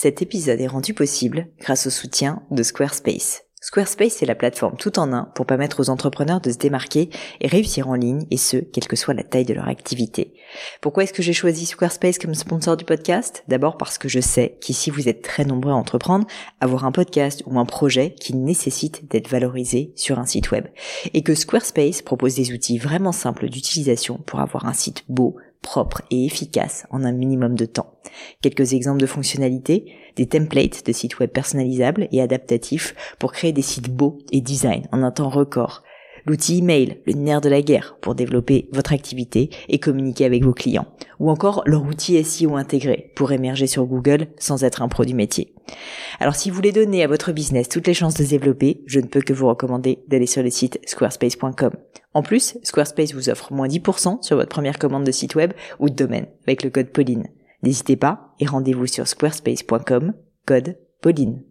Cet épisode est rendu possible grâce au soutien de Squarespace. Squarespace est la plateforme tout en un pour permettre aux entrepreneurs de se démarquer et réussir en ligne, et ce, quelle que soit la taille de leur activité. Pourquoi est-ce que j'ai choisi Squarespace comme sponsor du podcast ? D'abord parce que je sais qu'ici vous êtes très nombreux à entreprendre, avoir un podcast ou un projet qui nécessite d'être valorisé sur un site web. Et que Squarespace propose des outils vraiment simples d'utilisation pour avoir un site beau, propre et efficace en un minimum de temps. Quelques exemples de fonctionnalités, des templates de sites web personnalisables et adaptatifs pour créer des sites beaux et design en un temps record. L'outil email, le nerf de la guerre pour développer votre activité et communiquer avec vos clients. Ou encore leur outil SEO intégré pour émerger sur Google sans être un pro du métier. Alors si vous voulez donner à votre business toutes les chances de se développer, je ne peux que vous recommander d'aller sur le site squarespace.com. En plus, Squarespace vous offre moins 10% sur votre première commande de site web ou de domaine avec le code Pauline. N'hésitez pas et rendez-vous sur squarespace.com, code Pauline.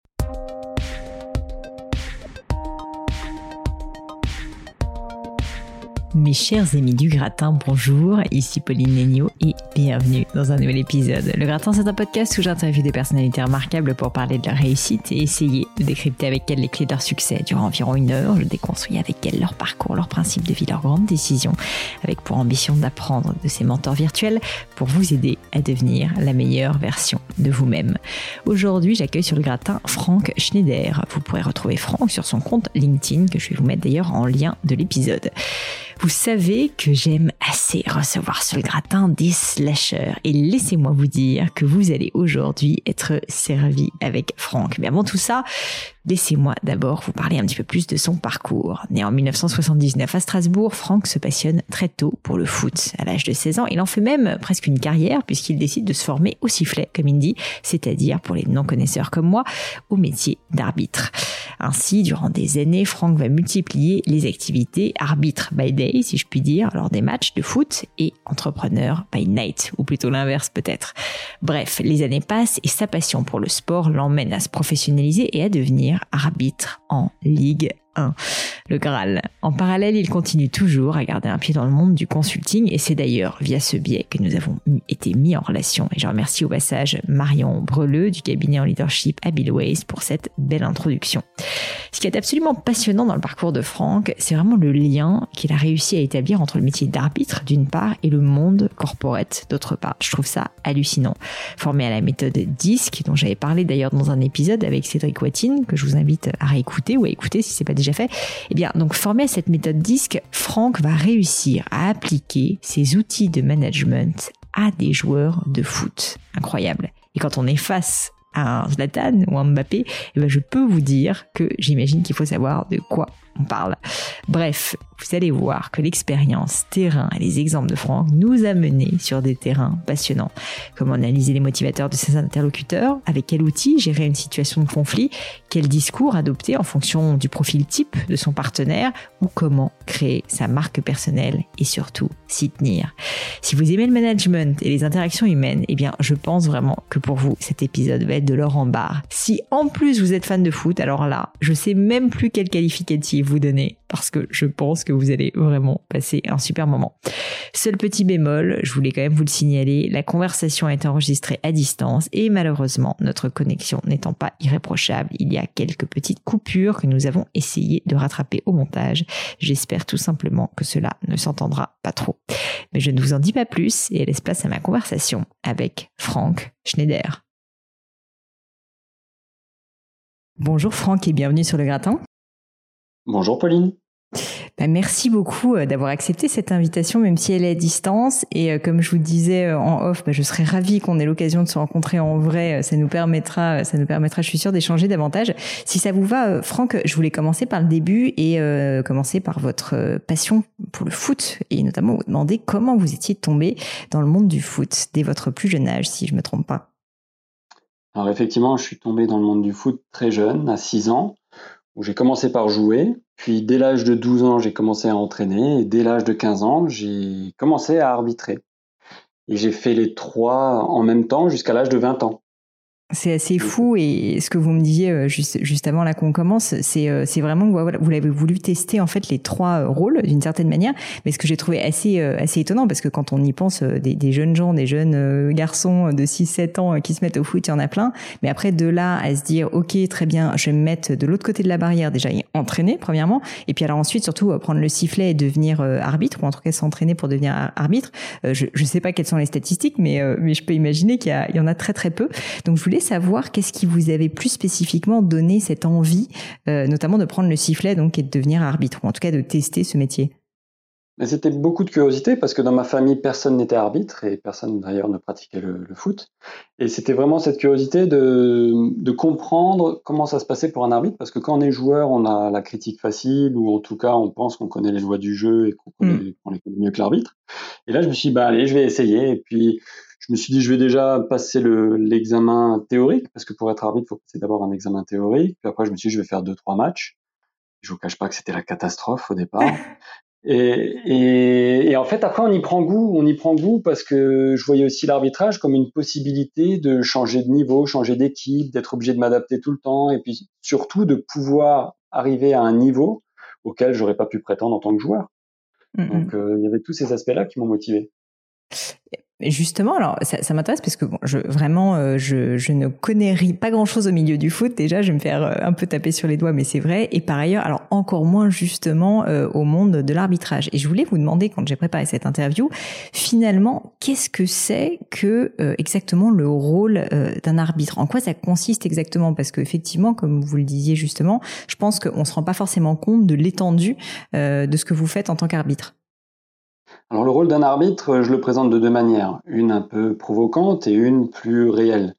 Mes chers amis du Gratin, bonjour, ici Pauline Léniaud et bienvenue dans un nouvel épisode. Le Gratin, c'est un podcast où j'interviewe des personnalités remarquables pour parler de leur réussite et essayer de décrypter avec elles les clés de leur succès. Durant environ 1 heure, je déconstruis avec elles leur parcours, leurs principes de vie, leurs grandes décisions, avec pour ambition d'apprendre de ces mentors virtuels pour vous aider à devenir la meilleure version de vous-même. Aujourd'hui, j'accueille sur le Gratin Franck Schneider. Vous pourrez retrouver Franck sur son compte LinkedIn, que je vais vous mettre d'ailleurs en lien de l'épisode. Vous savez que j'aime assez recevoir sur le gratin des slashers et laissez-moi vous dire que vous allez aujourd'hui être servi avec Franck. Mais avant tout ça, laissez-moi d'abord vous parler un petit peu plus de son parcours. Né en 1979 à Strasbourg, Franck se passionne très tôt pour le foot. À l'âge de 16 ans, il en fait même presque une carrière puisqu'il décide de se former au sifflet, comme il dit, c'est-à-dire pour les non-connaisseurs comme moi, au métier d'arbitre. Ainsi, durant des années, Franck va multiplier les activités arbitre by day, si je puis dire, lors des matchs de foot et entrepreneur by night, ou plutôt l'inverse peut-être. Bref, les années passent et sa passion pour le sport l'emmène à se professionnaliser et à devenir arbitre en Ligue 1, le Graal. En parallèle, il continue toujours à garder un pied dans le monde du consulting et c'est d'ailleurs via ce biais que nous avons été mis en relation. Et je remercie au passage Marion Breleux du cabinet en leadership Abilways pour cette belle introduction. Ce qui est absolument passionnant dans le parcours de Franck, c'est vraiment le lien qu'il a réussi à établir entre le métier d'arbitre d'une part et le monde corporate d'autre part. Je trouve ça hallucinant. Formé à la méthode DISC, dont j'avais parlé d'ailleurs dans un épisode avec Cédric Watine, que je vous invite à réécouter ou à écouter si c'est pas déjà fait, eh bien, donc formé à cette méthode DISC, Franck va réussir à appliquer ses outils de management à des joueurs de foot. Incroyable. Et quand on est face à un Zlatan ou un Mbappé, eh ben, je peux vous dire que j'imagine qu'il faut savoir de quoi on parle. Bref, vous allez voir que l'expérience terrain et les exemples de Franck nous a menés sur des terrains passionnants. Comment analyser les motivateurs de ses interlocuteurs, avec quel outil gérer une situation de conflit, quel discours adopter en fonction du profil type de son partenaire ou comment créer sa marque personnelle et surtout s'y tenir. Si vous aimez le management et les interactions humaines, eh bien, je pense vraiment que pour vous, cet épisode va être de l'or en barre. Si en plus vous êtes fan de foot, alors là, je sais même plus quel qualificatif vous donner parce que je pense que vous allez vraiment passer un super moment. Seul petit bémol, je voulais quand même vous le signaler, la conversation a été enregistrée à distance et malheureusement, notre connexion n'étant pas irréprochable, il y a quelques petites coupures que nous avons essayé de rattraper au montage. J'espère tout simplement que cela ne s'entendra pas trop. Mais je ne vous en dis pas plus et laisse place à ma conversation avec Franck Schneider. Bonjour Franck et bienvenue sur le Gratin. Bonjour Pauline. Merci beaucoup d'avoir accepté cette invitation, même si elle est à distance. Et comme je vous le disais en off, je serais ravie qu'on ait l'occasion de se rencontrer en vrai. Ça nous permettra, je suis sûre, d'échanger davantage. Si ça vous va, Franck, je voulais commencer par le début et commencer par votre passion pour le foot et notamment vous demander comment vous étiez tombé dans le monde du foot dès votre plus jeune âge, si je me trompe pas. Alors effectivement, je suis tombé dans le monde du foot très jeune, à 6 ans, où j'ai commencé par jouer. Puis dès l'âge de 12 ans, j'ai commencé à entraîner. Et dès l'âge de 15 ans, j'ai commencé à arbitrer. Et j'ai fait les 3 en même temps jusqu'à l'âge de 20 ans. C'est assez fou, et ce que vous me disiez juste avant là qu'on commence, c'est vraiment que vous l'avez voulu tester en fait les trois rôles d'une certaine manière. Mais ce que j'ai trouvé assez étonnant, parce que quand on y pense, des jeunes gens, des jeunes garçons de 6-7 ans qui se mettent au foot, il y en a plein. Mais après, de là à se dire ok, très bien, je vais me mettre de l'autre côté de la barrière, déjà y entraîner premièrement, et puis alors ensuite surtout prendre le sifflet et devenir arbitre, ou en tout cas s'entraîner pour devenir arbitre. Je sais pas quelles sont les statistiques, mais je peux imaginer qu'il y en a très très peu. Donc je voulais savoir qu'est-ce qui vous avait plus spécifiquement donné cette envie, notamment de prendre le sifflet donc, et de devenir arbitre, ou en tout cas de tester ce métier. Mais c'était beaucoup de curiosité parce que dans ma famille, personne n'était arbitre et personne d'ailleurs ne pratiquait le foot. Et c'était vraiment cette curiosité de comprendre comment ça se passait pour un arbitre, parce que quand on est joueur, on a la critique facile, ou en tout cas on pense qu'on connaît les lois du jeu et qu'on les connaît mieux que l'arbitre. Et là je me suis dit, bah allez, je vais essayer. Et puis je me suis dit, je vais déjà passer l'examen théorique, parce que pour être arbitre, il faut passer d'abord un examen théorique. Puis après je me suis dit, je vais faire 2-3 matchs. Je vous cache pas que c'était la catastrophe au départ. Et en fait, après, on y prend goût parce que je voyais aussi l'arbitrage comme une possibilité de changer de niveau, changer d'équipe, d'être obligé de m'adapter tout le temps, et puis surtout de pouvoir arriver à un niveau auquel j'aurais pas pu prétendre en tant que joueur. Donc, il y avait tous ces aspects-là qui m'ont motivé. Justement, alors ça m'intéresse parce que bon, je ne connais pas grand-chose au milieu du foot. Déjà, je vais me faire un peu taper sur les doigts, mais c'est vrai. Et par ailleurs, alors encore moins justement au monde de l'arbitrage. Et je voulais vous demander, quand j'ai préparé cette interview, finalement, qu'est-ce que c'est que exactement le rôle d'un arbitre? En quoi ça consiste exactement? Parce que effectivement, comme vous le disiez justement, je pense qu'on se rend pas forcément compte de l'étendue de ce que vous faites en tant qu'arbitre. Alors le rôle d'un arbitre, je le présente de deux manières, une un peu provocante et une plus réelle.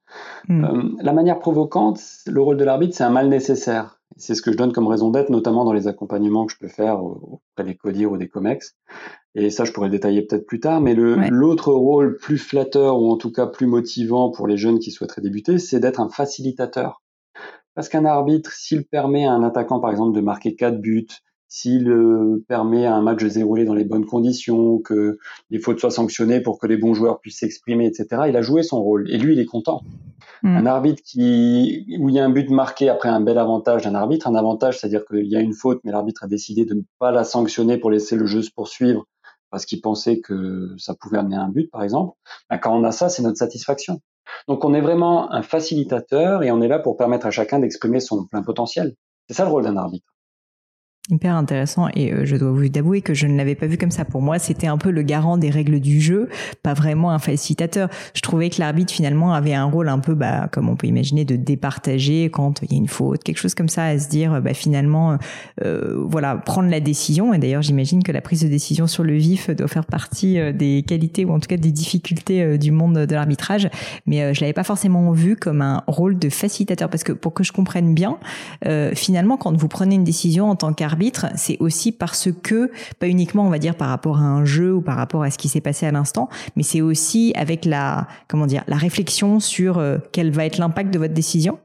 La manière provocante, le rôle de l'arbitre, c'est un mal nécessaire. C'est ce que je donne comme raison d'être, notamment dans les accompagnements que je peux faire auprès des CODIR ou des COMEX. Et ça, je pourrais le détailler peut-être plus tard, mais l'autre rôle plus flatteur, ou en tout cas plus motivant pour les jeunes qui souhaiteraient débuter, c'est d'être un facilitateur. Parce qu'un arbitre, s'il permet à un attaquant, par exemple, de marquer 4 buts, s'il permet à un match de se dérouler dans les bonnes conditions, que les fautes soient sanctionnées pour que les bons joueurs puissent s'exprimer, etc., il a joué son rôle. Et lui, il est content. Un arbitre où il y a un but marqué après un bel avantage d'un arbitre, un avantage, c'est-à-dire qu'il y a une faute, mais l'arbitre a décidé de ne pas la sanctionner pour laisser le jeu se poursuivre parce qu'il pensait que ça pouvait amener un but, par exemple. Quand on a ça, c'est notre satisfaction. Donc on est vraiment un facilitateur et on est là pour permettre à chacun d'exprimer son plein potentiel. C'est ça le rôle d'un arbitre. Hyper intéressant, et je dois vous avouer que je ne l'avais pas vu comme ça. Pour moi, c'était un peu le garant des règles du jeu, pas vraiment un facilitateur. Je trouvais que l'arbitre finalement avait un rôle un peu, comme on peut imaginer, de départager quand il y a une faute, quelque chose comme ça, à se dire finalement, voilà, prendre la décision. Et d'ailleurs, j'imagine que la prise de décision sur le vif doit faire partie des qualités, ou en tout cas des difficultés du monde de l'arbitrage. Mais je l'avais pas forcément vu comme un rôle de facilitateur, parce que pour que je comprenne bien, finalement, quand vous prenez une décision en tant qu'arbitre, c'est aussi parce que, pas uniquement on va dire par rapport à un jeu ou par rapport à ce qui s'est passé à l'instant, mais c'est aussi avec la réflexion sur quel va être l'impact de votre décision.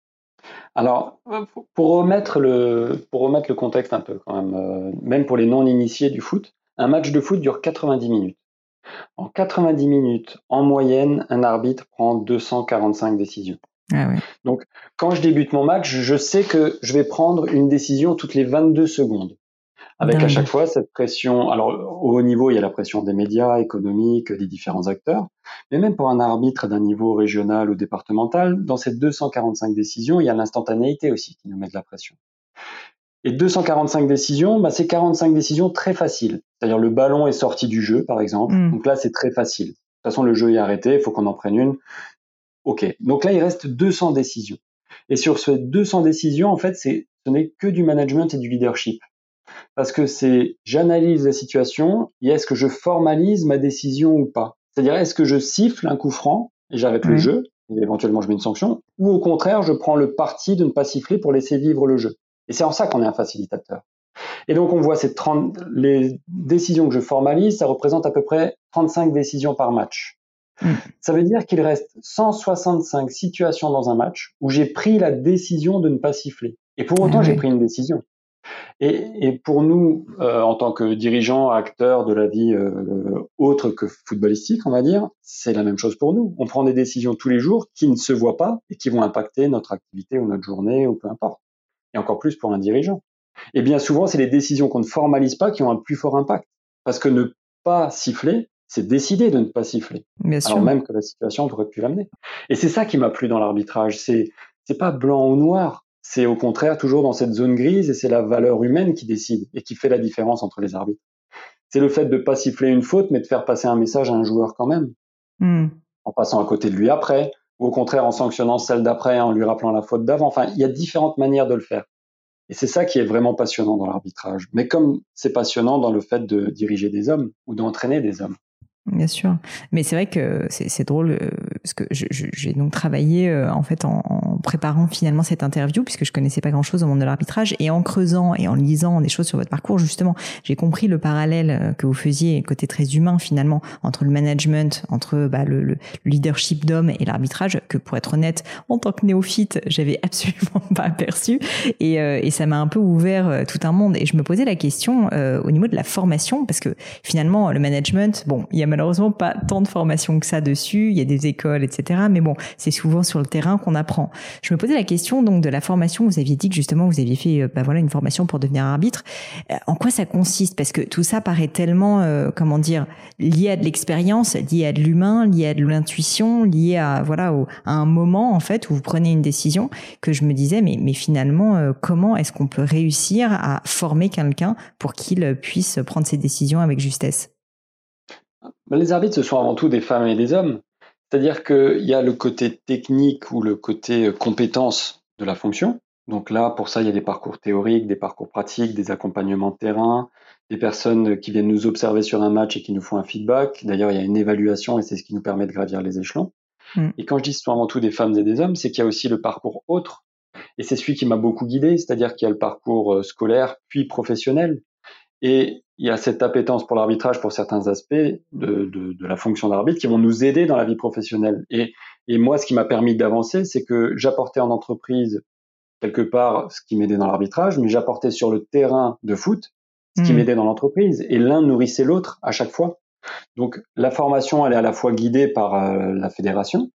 Alors, pour remettre le contexte un peu quand même pour les non-initiés du foot, un match de foot dure 90 minutes. En 90 minutes, en moyenne, un arbitre prend 245 décisions. Ah ouais. Donc, quand je débute mon match, je sais que je vais prendre une décision toutes les 22 secondes. Avec à chaque fois cette pression. Alors, au haut niveau, il y a la pression des médias économiques, des différents acteurs. Mais même pour un arbitre d'un niveau régional ou départemental, dans ces 245 décisions, il y a l'instantanéité aussi qui nous met de la pression. Et 245 décisions, c'est 45 décisions très faciles. C'est-à-dire le ballon est sorti du jeu, par exemple. Donc là, c'est très facile. De toute façon, le jeu est arrêté, il faut qu'on en prenne une. OK. Donc là, il reste 200 décisions. Et sur ces 200 décisions, en fait, ce n'est que du management et du leadership. Parce que j'analyse la situation et est-ce que je formalise ma décision ou pas. C'est-à-dire, est-ce que je siffle un coup franc et j'arrête le jeu, et éventuellement je mets une sanction, ou au contraire, je prends le parti de ne pas siffler pour laisser vivre le jeu. Et c'est en ça qu'on est un facilitateur. Et donc, on voit les décisions que je formalise, ça représente à peu près 35 décisions par match. Ça veut dire qu'il reste 165 situations dans un match où j'ai pris la décision de ne pas siffler. Et pour autant, j'ai pris une décision. Et pour nous, en tant que dirigeants, acteurs de la vie autre que footballistique, on va dire, c'est la même chose pour nous. On prend des décisions tous les jours qui ne se voient pas et qui vont impacter notre activité ou notre journée ou peu importe. Et encore plus pour un dirigeant. Et bien souvent, c'est les décisions qu'on ne formalise pas qui ont un plus fort impact. Parce que ne pas siffler, c'est décider de ne pas siffler. Bien Alors sûr. même que la situation aurait pu l'amener. Et c'est ça qui m'a plu dans l'arbitrage. C'est pas blanc ou noir. C'est au contraire toujours dans cette zone grise et c'est la valeur humaine qui décide et qui fait la différence entre les arbitres. C'est le fait de pas siffler une faute, mais de faire passer un message à un joueur quand même, en passant à côté de lui après, ou au contraire en sanctionnant celle d'après, en lui rappelant la faute d'avant. Enfin, il y a différentes manières de le faire. Et c'est ça qui est vraiment passionnant dans l'arbitrage. Mais comme c'est passionnant dans le fait de diriger des hommes ou d'entraîner des hommes. Bien sûr, mais c'est vrai que c'est drôle parce que j'ai donc travaillé en fait en préparant finalement cette interview puisque je connaissais pas grand-chose au monde de l'arbitrage et en creusant et en lisant des choses sur votre parcours justement, j'ai compris le parallèle que vous faisiez côté très humain finalement entre le management, entre le leadership d'hommes et l'arbitrage que pour être honnête en tant que néophyte j'avais absolument pas aperçu et ça m'a un peu ouvert tout un monde et je me posais la question au niveau de la formation parce que finalement le management, bon il y a malheureusement pas tant de formation que ça dessus, il y a des écoles, etc. Mais bon, c'est souvent sur le terrain qu'on apprend. Je me posais la question donc de la formation. Vous aviez dit que justement vous aviez fait une formation pour devenir arbitre. En quoi ça consiste? Parce que tout ça paraît tellement, lié à de l'expérience, lié à de l'humain, lié à de l'intuition, lié à à un moment en fait où vous prenez une décision que je me disais mais finalement comment est-ce qu'on peut réussir à former quelqu'un pour qu'il puisse prendre ses décisions avec justesse? Les arbitres, ce sont avant tout des femmes et des hommes. C'est-à-dire qu'il y a le côté technique ou le côté compétence de la fonction. Donc là, pour ça, il y a des parcours théoriques, des parcours pratiques, des accompagnements de terrain, des personnes qui viennent nous observer sur un match et qui nous font un feedback. D'ailleurs, il y a une évaluation et c'est ce qui nous permet de gravir les échelons. Et quand je dis ce sont avant tout des femmes et des hommes, c'est qu'il y a aussi le parcours autre. Et c'est celui qui m'a beaucoup guidé, c'est-à-dire qu'il y a le parcours scolaire puis professionnel. Et il y a cette appétence pour l'arbitrage pour certains aspects de la fonction d'arbitre qui vont nous aider dans la vie professionnelle. Et moi, ce qui m'a permis d'avancer, c'est que j'apportais en entreprise quelque part ce qui m'aidait dans l'arbitrage, mais j'apportais sur le terrain de foot ce qui m'aidait dans l'entreprise. Et l'un nourrissait l'autre à chaque fois. Donc la formation, elle est à la fois guidée par la fédération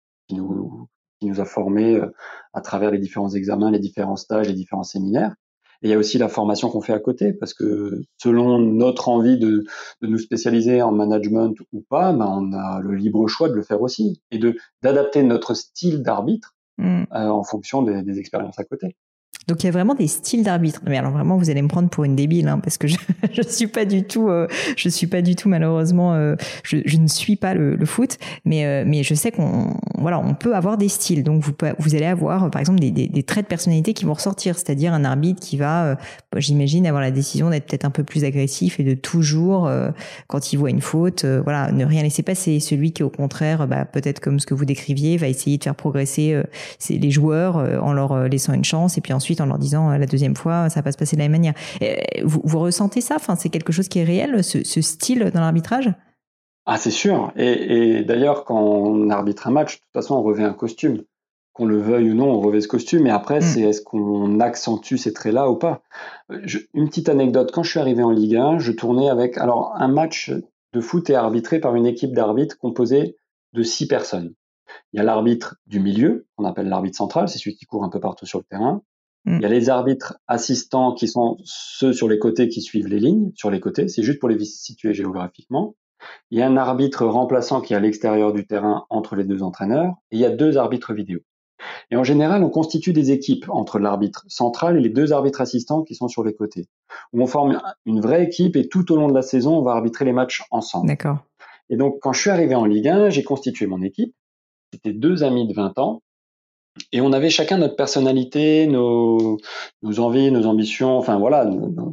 qui nous a formés à travers les différents examens, les différents stages, les différents séminaires. Et il y a aussi la formation qu'on fait à côté, parce que selon notre envie de nous spécialiser en management ou pas, on a le libre choix de le faire aussi et d'adapter notre style d'arbitre en fonction des expériences à côté. Donc il y a vraiment des styles d'arbitre. Mais alors vraiment, vous allez me prendre pour une débile, parce que je suis pas du tout malheureusement, je ne suis pas le foot, mais je sais on peut avoir des styles. Donc vous allez avoir par exemple des traits de personnalité qui vont ressortir, c'est-à-dire un arbitre qui va, j'imagine, avoir la décision d'être peut-être un peu plus agressif et de toujours, quand il voit une faute, ne rien laisser passer. Celui qui au contraire, peut-être comme ce que vous décriviez, va essayer de faire progresser les joueurs en leur laissant une chance et puis ensuite en leur disant la deuxième fois ça va pas se passer de la même manière. Vous ressentez ça? Enfin, c'est quelque chose qui est réel, ce style dans l'arbitrage? Ah, c'est sûr. Et d'ailleurs, quand on arbitre un match, de toute façon, on revêt un costume. Qu'on le veuille ou non, on revêt ce costume. Et après, c'est est-ce qu'on accentue ces traits-là ou pas? Une petite anecdote. Quand je suis arrivé en Ligue 1, je tournais avec... Alors, un match de foot est arbitré par une équipe d'arbitres composée de 6 personnes. Il y a l'arbitre du milieu, qu'on appelle l'arbitre central, c'est celui qui court un peu partout sur le terrain. Il y a les arbitres assistants qui sont ceux sur les côtés qui suivent les lignes, sur les côtés, c'est juste pour les situer géographiquement. Il y a un arbitre remplaçant qui est à l'extérieur du terrain entre les deux entraîneurs, et il y a 2 arbitres vidéo. Et en général, on constitue des équipes entre l'arbitre central et les 2 arbitres assistants qui sont sur les côtés, où on forme une vraie équipe et tout au long de la saison, on va arbitrer les matchs ensemble. D'accord. Et donc, quand je suis arrivé en Ligue 1, j'ai constitué mon équipe. C'était 2 amis de 20 ans. Et on avait chacun notre personnalité, nos envies, nos ambitions, enfin voilà,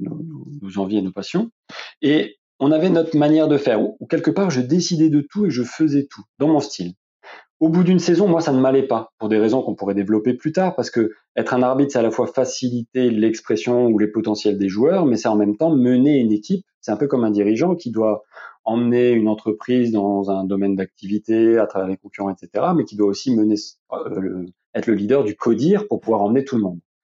nos envies et nos passions. Et on avait notre manière de faire, où quelque part je décidais de tout et je faisais tout, dans mon style. Au bout d'une saison, moi, ça ne m'allait pas, pour des raisons qu'on pourrait développer plus tard, parce que être un arbitre, c'est à la fois faciliter l'expression ou les potentiels des joueurs, mais c'est en même temps mener une équipe. C'est un peu comme un dirigeant qui doit emmener une entreprise dans un domaine d'activité, à travers les concurrents, etc., mais qui doit aussi être le leader du CODIR pour pouvoir emmener tout le monde.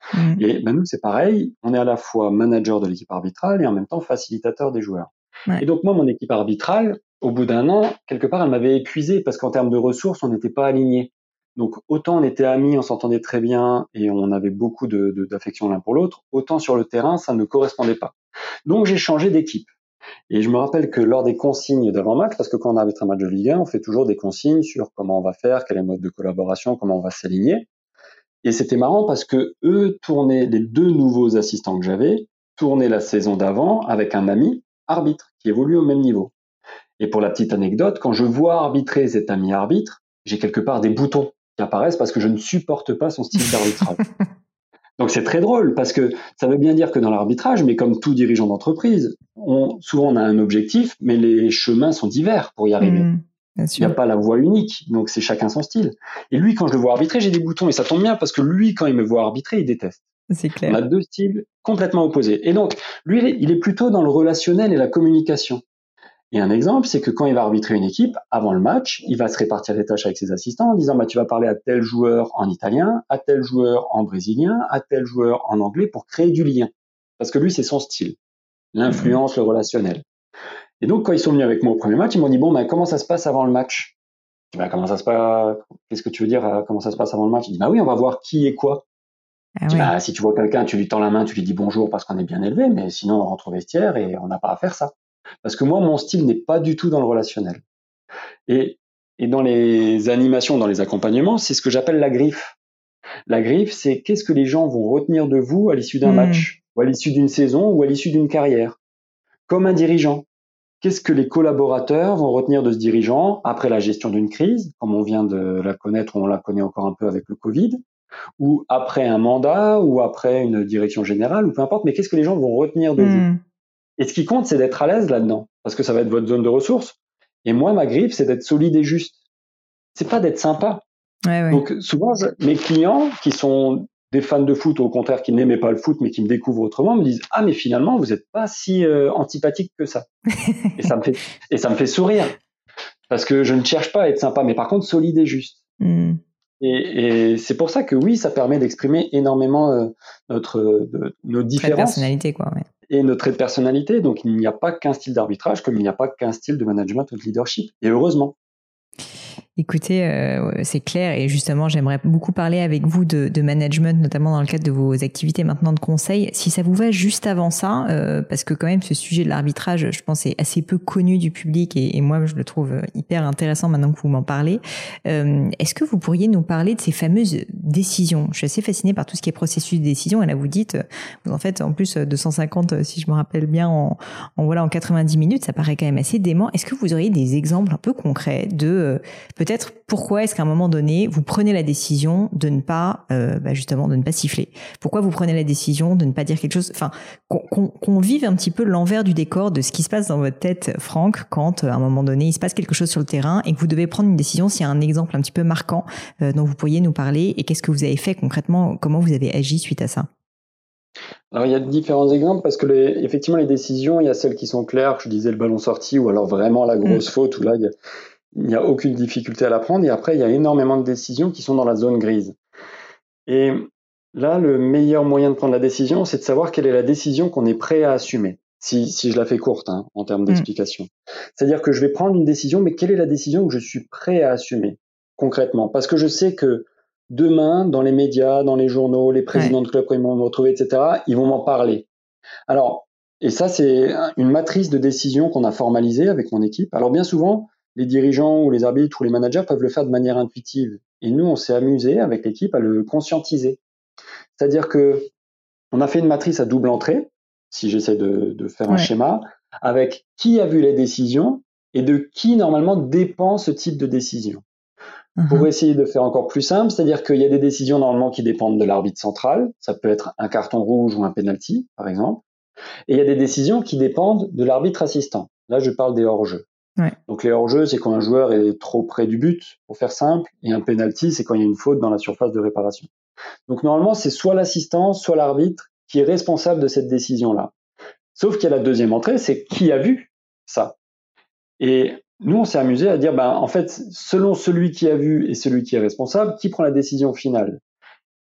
Et ben, nous, c'est pareil. On est à la fois manager de l'équipe arbitrale et en même temps facilitateur des joueurs. Ouais. Et donc, moi, mon équipe arbitrale, au bout d'un an, quelque part, elle m'avait épuisé parce qu'en termes de ressources, on n'était pas alignés. Donc, autant on était amis, on s'entendait très bien et on avait beaucoup d'affection l'un pour l'autre, autant sur le terrain, ça ne correspondait pas. Donc, j'ai changé d'équipe. Et je me rappelle que lors des consignes d'avant-match, parce que quand on arbitre un match de Ligue 1, on fait toujours des consignes sur comment on va faire, quel est le mode de collaboration, comment on va s'aligner. Et c'était marrant parce que eux tournaient, les deux nouveaux assistants que j'avais, tournaient la saison d'avant avec un ami arbitre qui évolue au même niveau. Et pour la petite anecdote, quand je vois arbitrer cet ami arbitre, j'ai quelque part des boutons qui apparaissent parce que je ne supporte pas son style d'arbitrage. Donc c'est très drôle parce que ça veut bien dire que dans l'arbitrage, mais comme tout dirigeant d'entreprise, souvent on a un objectif, mais les chemins sont divers pour y arriver. Bien Il n'y a sûr. pas la voie unique, donc c'est chacun son style. Et lui, quand je le vois arbitrer, j'ai des boutons et ça tombe bien parce que lui, quand il me voit arbitrer, il déteste. C'est On clair. a deux styles complètement opposés. Et donc, lui, il est plutôt dans le relationnel et la communication. Et un exemple, c'est que quand il va arbitrer une équipe, avant le match, il va se répartir les tâches avec ses assistants en disant, bah, tu vas parler à tel joueur en italien, à tel joueur en brésilien, à tel joueur en anglais pour créer du lien. Parce que lui, c'est son style. L'influence, le relationnel. Et donc, quand ils sont venus avec moi au premier match, ils m'ont dit, bon, bah, comment ça se passe avant le match? Je dis, bah, comment ça se passe? Qu'est-ce que tu veux dire, comment ça se passe avant le match? Il dit, bah oui, on va voir qui est quoi. Ah Je dis, ouais. bah, si tu vois quelqu'un, tu lui tends la main, tu lui dis bonjour parce qu'on est bien élevé, mais sinon, on rentre au vestiaire et on n'a pas à faire ça. Parce que moi, mon style n'est pas du tout dans le relationnel. Et, et dans les animations, dans les accompagnements, c'est ce que j'appelle la griffe. La griffe, c'est qu'est-ce que les gens vont retenir de vous à l'issue d'un match, ou à l'issue d'une saison, ou à l'issue d'une carrière. Comme un dirigeant. Qu'est-ce que les collaborateurs vont retenir de ce dirigeant après la gestion d'une crise, comme on vient de la connaître, ou on la connaît encore un peu avec le Covid, ou après un mandat, ou après une direction générale, ou peu importe, mais qu'est-ce que les gens vont retenir de vous? Et ce qui compte, c'est d'être à l'aise là-dedans, parce que ça va être votre zone de ressources. Et moi, ma griffe, c'est d'être solide et juste. C'est pas d'être sympa. Ouais, ouais. Donc souvent, mes clients qui sont des fans de foot, ou au contraire qui n'aimaient pas le foot, mais qui me découvrent autrement, me disent « Ah, mais finalement, vous n'êtes pas si antipathique que ça. » Et ça me fait sourire, parce que je ne cherche pas à être sympa, mais par contre solide et juste. Et c'est pour ça que oui, ça permet d'exprimer énormément nos Trait de différences personnalité, quoi. Ouais. et notre trait de personnalité. Donc il n'y a pas qu'un style d'arbitrage, comme il n'y a pas qu'un style de management ou de leadership. Et heureusement. Écoutez, c'est clair et justement, j'aimerais beaucoup parler avec vous de management, notamment dans le cadre de vos activités maintenant de conseil. Si ça vous va, juste avant ça, parce que quand même ce sujet de l'arbitrage, je pense, est assez peu connu du public et moi, je le trouve hyper intéressant maintenant que vous m'en parlez. Est-ce que vous pourriez nous parler de ces fameuses décisions? Je suis assez fascinée par tout ce qui est processus de décision. Et là, vous dites, vous en faites en plus 250, si je me rappelle bien, en 90 minutes, ça paraît quand même assez dément. Est-ce que vous auriez des exemples un peu concrets de peut-être pourquoi est-ce qu'à un moment donné, vous prenez la décision de ne pas, justement, de ne pas siffler? Pourquoi vous prenez la décision de ne pas dire quelque chose? Enfin, qu'on vive un petit peu l'envers du décor de ce qui se passe dans votre tête, Franck, quand à un moment donné, il se passe quelque chose sur le terrain et que vous devez prendre une décision. S'il y a un exemple un petit peu marquant dont vous pourriez nous parler et qu'est-ce que vous avez fait concrètement? Comment vous avez agi suite à ça? Alors il y a différents exemples parce que effectivement les décisions, il y a celles qui sont claires, je disais le ballon sorti ou alors vraiment la grosse faute où là il n'y a aucune difficulté à la prendre. Et après, il y a énormément de décisions qui sont dans la zone grise. Et là, le meilleur moyen de prendre la décision, c'est de savoir quelle est la décision qu'on est prêt à assumer. Si je la fais courte, en termes d'explication. C'est-à-dire que je vais prendre une décision, mais quelle est la décision que je suis prêt à assumer, concrètement? Parce que je sais que demain, dans les médias, dans les journaux, les présidents de clubs, quand ils vont me retrouver, etc., ils vont m'en parler. Alors, et ça, c'est une matrice de décision qu'on a formalisée avec mon équipe. Alors, bien souvent, les dirigeants ou les arbitres ou les managers peuvent le faire de manière intuitive. Et nous, on s'est amusé avec l'équipe à le conscientiser. C'est-à-dire que on a fait une matrice à double entrée, si j'essaie de faire un schéma, avec qui a vu les décisions et de qui, normalement, dépend ce type de décision. Pour essayer de faire encore plus simple, c'est-à-dire qu'il y a des décisions, normalement, qui dépendent de l'arbitre central. Ça peut être un carton rouge ou un penalty, par exemple. Et il y a des décisions qui dépendent de l'arbitre assistant. Là, je parle des hors-jeux. Donc les hors-jeux, c'est quand un joueur est trop près du but, pour faire simple, et un penalty, c'est quand il y a une faute dans la surface de réparation. Donc normalement, c'est soit l'assistant, soit l'arbitre qui est responsable de cette décision-là. Sauf qu'il y a la deuxième entrée, c'est qui a vu ça. Et nous, on s'est amusé à dire, en fait, selon celui qui a vu et celui qui est responsable, qui prend la décision finale?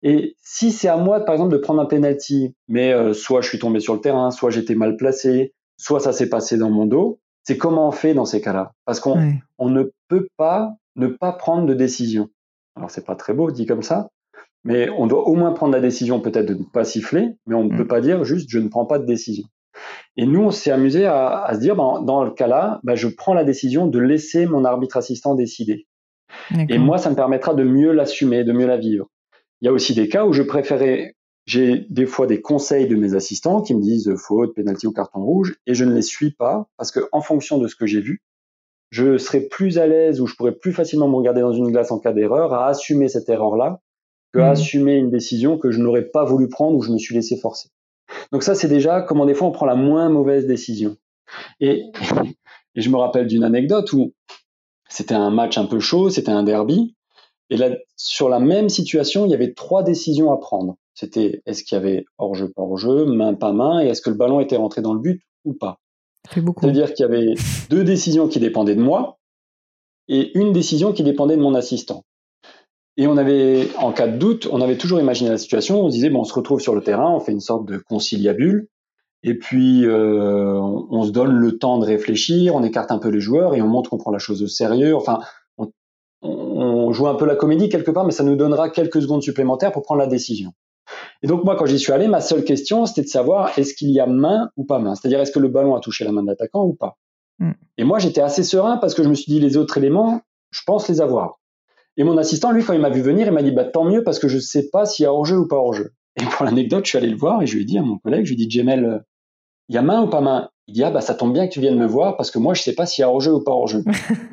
Et si c'est à moi, par exemple, de prendre un penalty, mais soit je suis tombé sur le terrain, soit j'étais mal placé, soit ça s'est passé dans mon dos, c'est comment on fait dans ces cas-là. Parce qu'on ne peut pas ne pas prendre de décision. Alors c'est pas très beau dit comme ça, mais on doit au moins prendre la décision peut-être de ne pas siffler, mais on ne peut pas dire juste je ne prends pas de décision. Et nous, on s'est amusé à se dire, dans le cas-là, je prends la décision de laisser mon arbitre assistant décider. D'accord. Et moi, ça me permettra de mieux l'assumer, de mieux la vivre. Il y a aussi des cas où j'ai des fois des conseils de mes assistants qui me disent faute, pénalty ou carton rouge, et je ne les suis pas parce que en fonction de ce que j'ai vu, je serai plus à l'aise ou je pourrais plus facilement me regarder dans une glace en cas d'erreur à assumer cette erreur-là que à assumer une décision que je n'aurais pas voulu prendre ou je me suis laissé forcer. Donc ça, c'est déjà comment des fois on prend la moins mauvaise décision. Et je me rappelle d'une anecdote où c'était un match un peu chaud, c'était un derby, et là, sur la même situation, il y avait 3 décisions à prendre. C'était est-ce qu'il y avait hors-jeu, pas hors-jeu, main, pas main, et est-ce que le ballon était rentré dans le but ou pas. Ça fait beaucoup. C'est-à-dire qu'il y avait 2 décisions qui dépendaient de moi et une décision qui dépendait de mon assistant. Et on avait, en cas de doute, on avait toujours imaginé la situation, on se disait, on se retrouve sur le terrain, on fait une sorte de conciliabule, et puis on se donne le temps de réfléchir, on écarte un peu les joueurs et on montre qu'on prend la chose au sérieux. Enfin, on joue un peu la comédie quelque part, mais ça nous donnera quelques secondes supplémentaires pour prendre la décision. Et donc moi, quand j'y suis allé, ma seule question, c'était de savoir est-ce qu'il y a main ou pas main. C'est-à-dire, est-ce que le ballon a touché la main de l'attaquant ou pas. Et moi, j'étais assez serein parce que je me suis dit, les autres éléments, je pense les avoir. Et mon assistant, lui, quand il m'a vu venir, il m'a dit, tant mieux parce que je ne sais pas s'il y a hors-jeu ou pas hors-jeu. Et pour l'anecdote, je suis allé le voir et je lui ai dit à mon collègue, je lui ai dit, Djemel, il y a main ou pas main? Il dit, ça tombe bien que tu viennes me voir parce que moi, je ne sais pas s'il y a hors-jeu ou pas hors-jeu.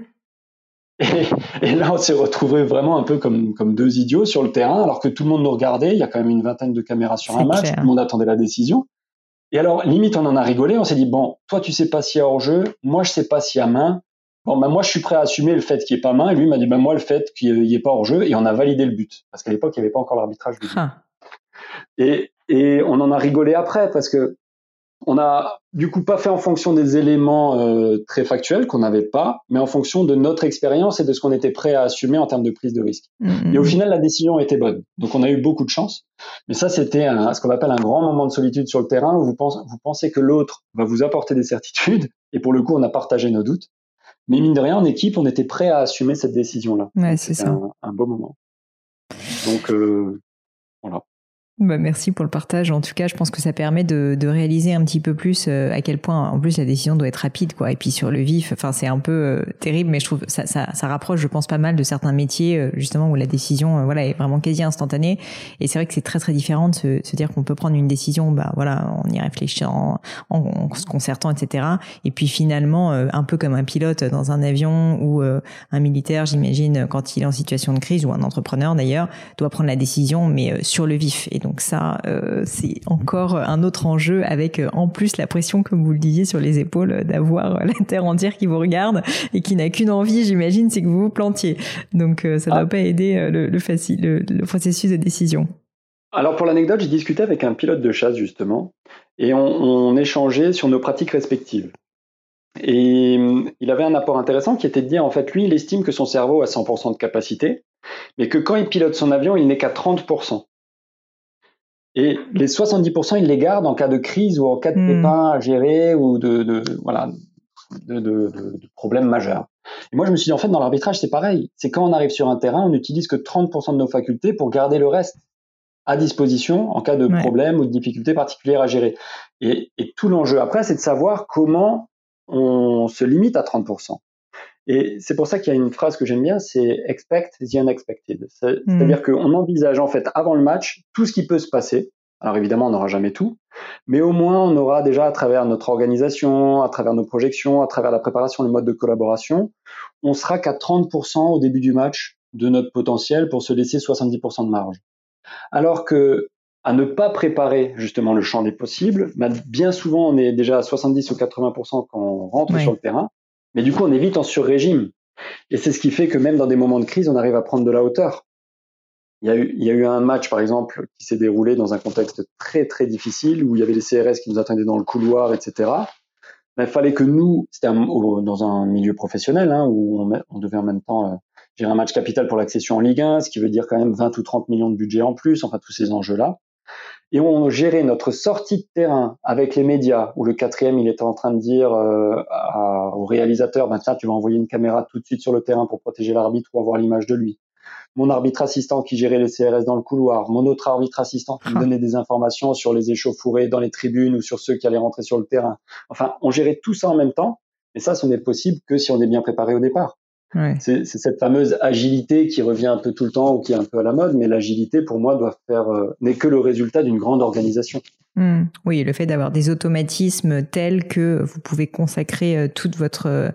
Et là, on s'est retrouvés vraiment un peu comme 2 idiots sur le terrain, alors que tout le monde nous regardait. Il y a quand même une vingtaine de caméras sur un match. Clair. Tout le monde attendait la décision. Et alors, limite, on en a rigolé. On s'est dit, toi, tu sais pas s'il y a hors-jeu. Moi, je sais pas s'il y a main. Moi, je suis prêt à assumer le fait qu'il n'y ait pas main. Et lui m'a dit, moi, le fait qu'il n'y ait pas hors-jeu. Et on a validé le but. Parce qu'à l'époque, il n'y avait pas encore l'arbitrage. Et on en a rigolé après parce que on a du coup pas fait en fonction des éléments très factuels qu'on n'avait pas, mais en fonction de notre expérience et de ce qu'on était prêt à assumer en termes de prise de risque. Et au final, la décision était bonne. Donc on a eu beaucoup de chance. Mais ça, c'était ce qu'on appelle un grand moment de solitude sur le terrain où vous pensez que l'autre va vous apporter des certitudes. Et pour le coup, on a partagé nos doutes. Mais mine de rien, en équipe, on était prêt à assumer cette décision-là. Ouais, c'est ça. Un beau moment. Donc voilà. Merci pour le partage. En tout cas, je pense que ça permet de réaliser un petit peu plus à quel point, en plus, la décision doit être rapide, quoi. Et puis sur le vif, enfin, c'est un peu terrible, mais je trouve ça rapproche, je pense, pas mal de certains métiers, justement, où la décision, est vraiment quasi instantanée. Et c'est vrai que c'est très très différent de se dire qu'on peut prendre une décision, en y réfléchissant, en se concertant, etc. Et puis finalement, un peu comme un pilote dans un avion ou un militaire, j'imagine, quand il est en situation de crise, ou un entrepreneur d'ailleurs, doit prendre la décision, mais sur le vif. Et donc ça, c'est encore un autre enjeu avec en plus la pression, comme vous le disiez, sur les épaules d'avoir la terre entière qui vous regarde et qui n'a qu'une envie, j'imagine, c'est que vous vous plantiez. Donc ça ne doit pas aider le processus de décision. Alors pour l'anecdote, j'ai discuté avec un pilote de chasse justement et on échangeait sur nos pratiques respectives. Et il avait un apport intéressant qui était de dire, en fait, lui, il estime que son cerveau a 100% de capacité, mais que quand il pilote son avion, il n'est qu'à 30%. Et les 70%, il les garde en cas de crise ou en cas de pépin à gérer ou de problèmes majeurs. Et moi, je me suis dit, en fait, dans l'arbitrage, c'est pareil. C'est quand on arrive sur un terrain, on n'utilise que 30% de nos facultés pour garder le reste à disposition en cas de problème ou de difficulté particulière à gérer. Et tout l'enjeu après, c'est de savoir comment on se limite à 30%. Et c'est pour ça qu'il y a une phrase que j'aime bien, c'est expect the unexpected. C'est-à-dire qu'on envisage en fait avant le match tout ce qui peut se passer. Alors évidemment, on n'aura jamais tout, mais au moins on aura déjà à travers notre organisation, à travers nos projections, à travers la préparation, les modes de collaboration, on sera qu'à 30% au début du match de notre potentiel pour se laisser 70% de marge. Alors que à ne pas préparer justement le champ des possibles, bien souvent on est déjà à 70 ou 80% quand on rentre sur le terrain, mais du coup on est vite en sur-régime. Et c'est ce qui fait que même dans des moments de crise, on arrive à prendre de la hauteur. Il y a eu un match par exemple qui s'est déroulé dans un contexte très très difficile où il y avait les CRS qui nous attendaient dans le couloir, etc. Mais il fallait que nous, c'était dans un milieu professionnel où on devait en même temps gérer un match capital pour l'accession en Ligue 1, ce qui veut dire quand même 20 ou 30 millions de budget en plus, enfin tous ces enjeux-là. Et on gérait notre sortie de terrain avec les médias, où le quatrième, il était en train de dire au réalisateur, tiens, tu vas envoyer une caméra tout de suite sur le terrain pour protéger l'arbitre ou avoir l'image de lui. Mon arbitre assistant qui gérait les CRS dans le couloir, mon autre arbitre assistant qui me donnait des informations sur les échauffourées dans les tribunes ou sur ceux qui allaient rentrer sur le terrain. Enfin, on gérait tout ça en même temps, et ça, ce n'est possible que si on est bien préparé au départ. Ouais. C'est cette fameuse agilité qui revient un peu tout le temps ou qui est un peu à la mode, mais l'agilité, pour moi, n'est que le résultat d'une grande organisation. Oui, le fait d'avoir des automatismes tels que vous pouvez consacrer tout votre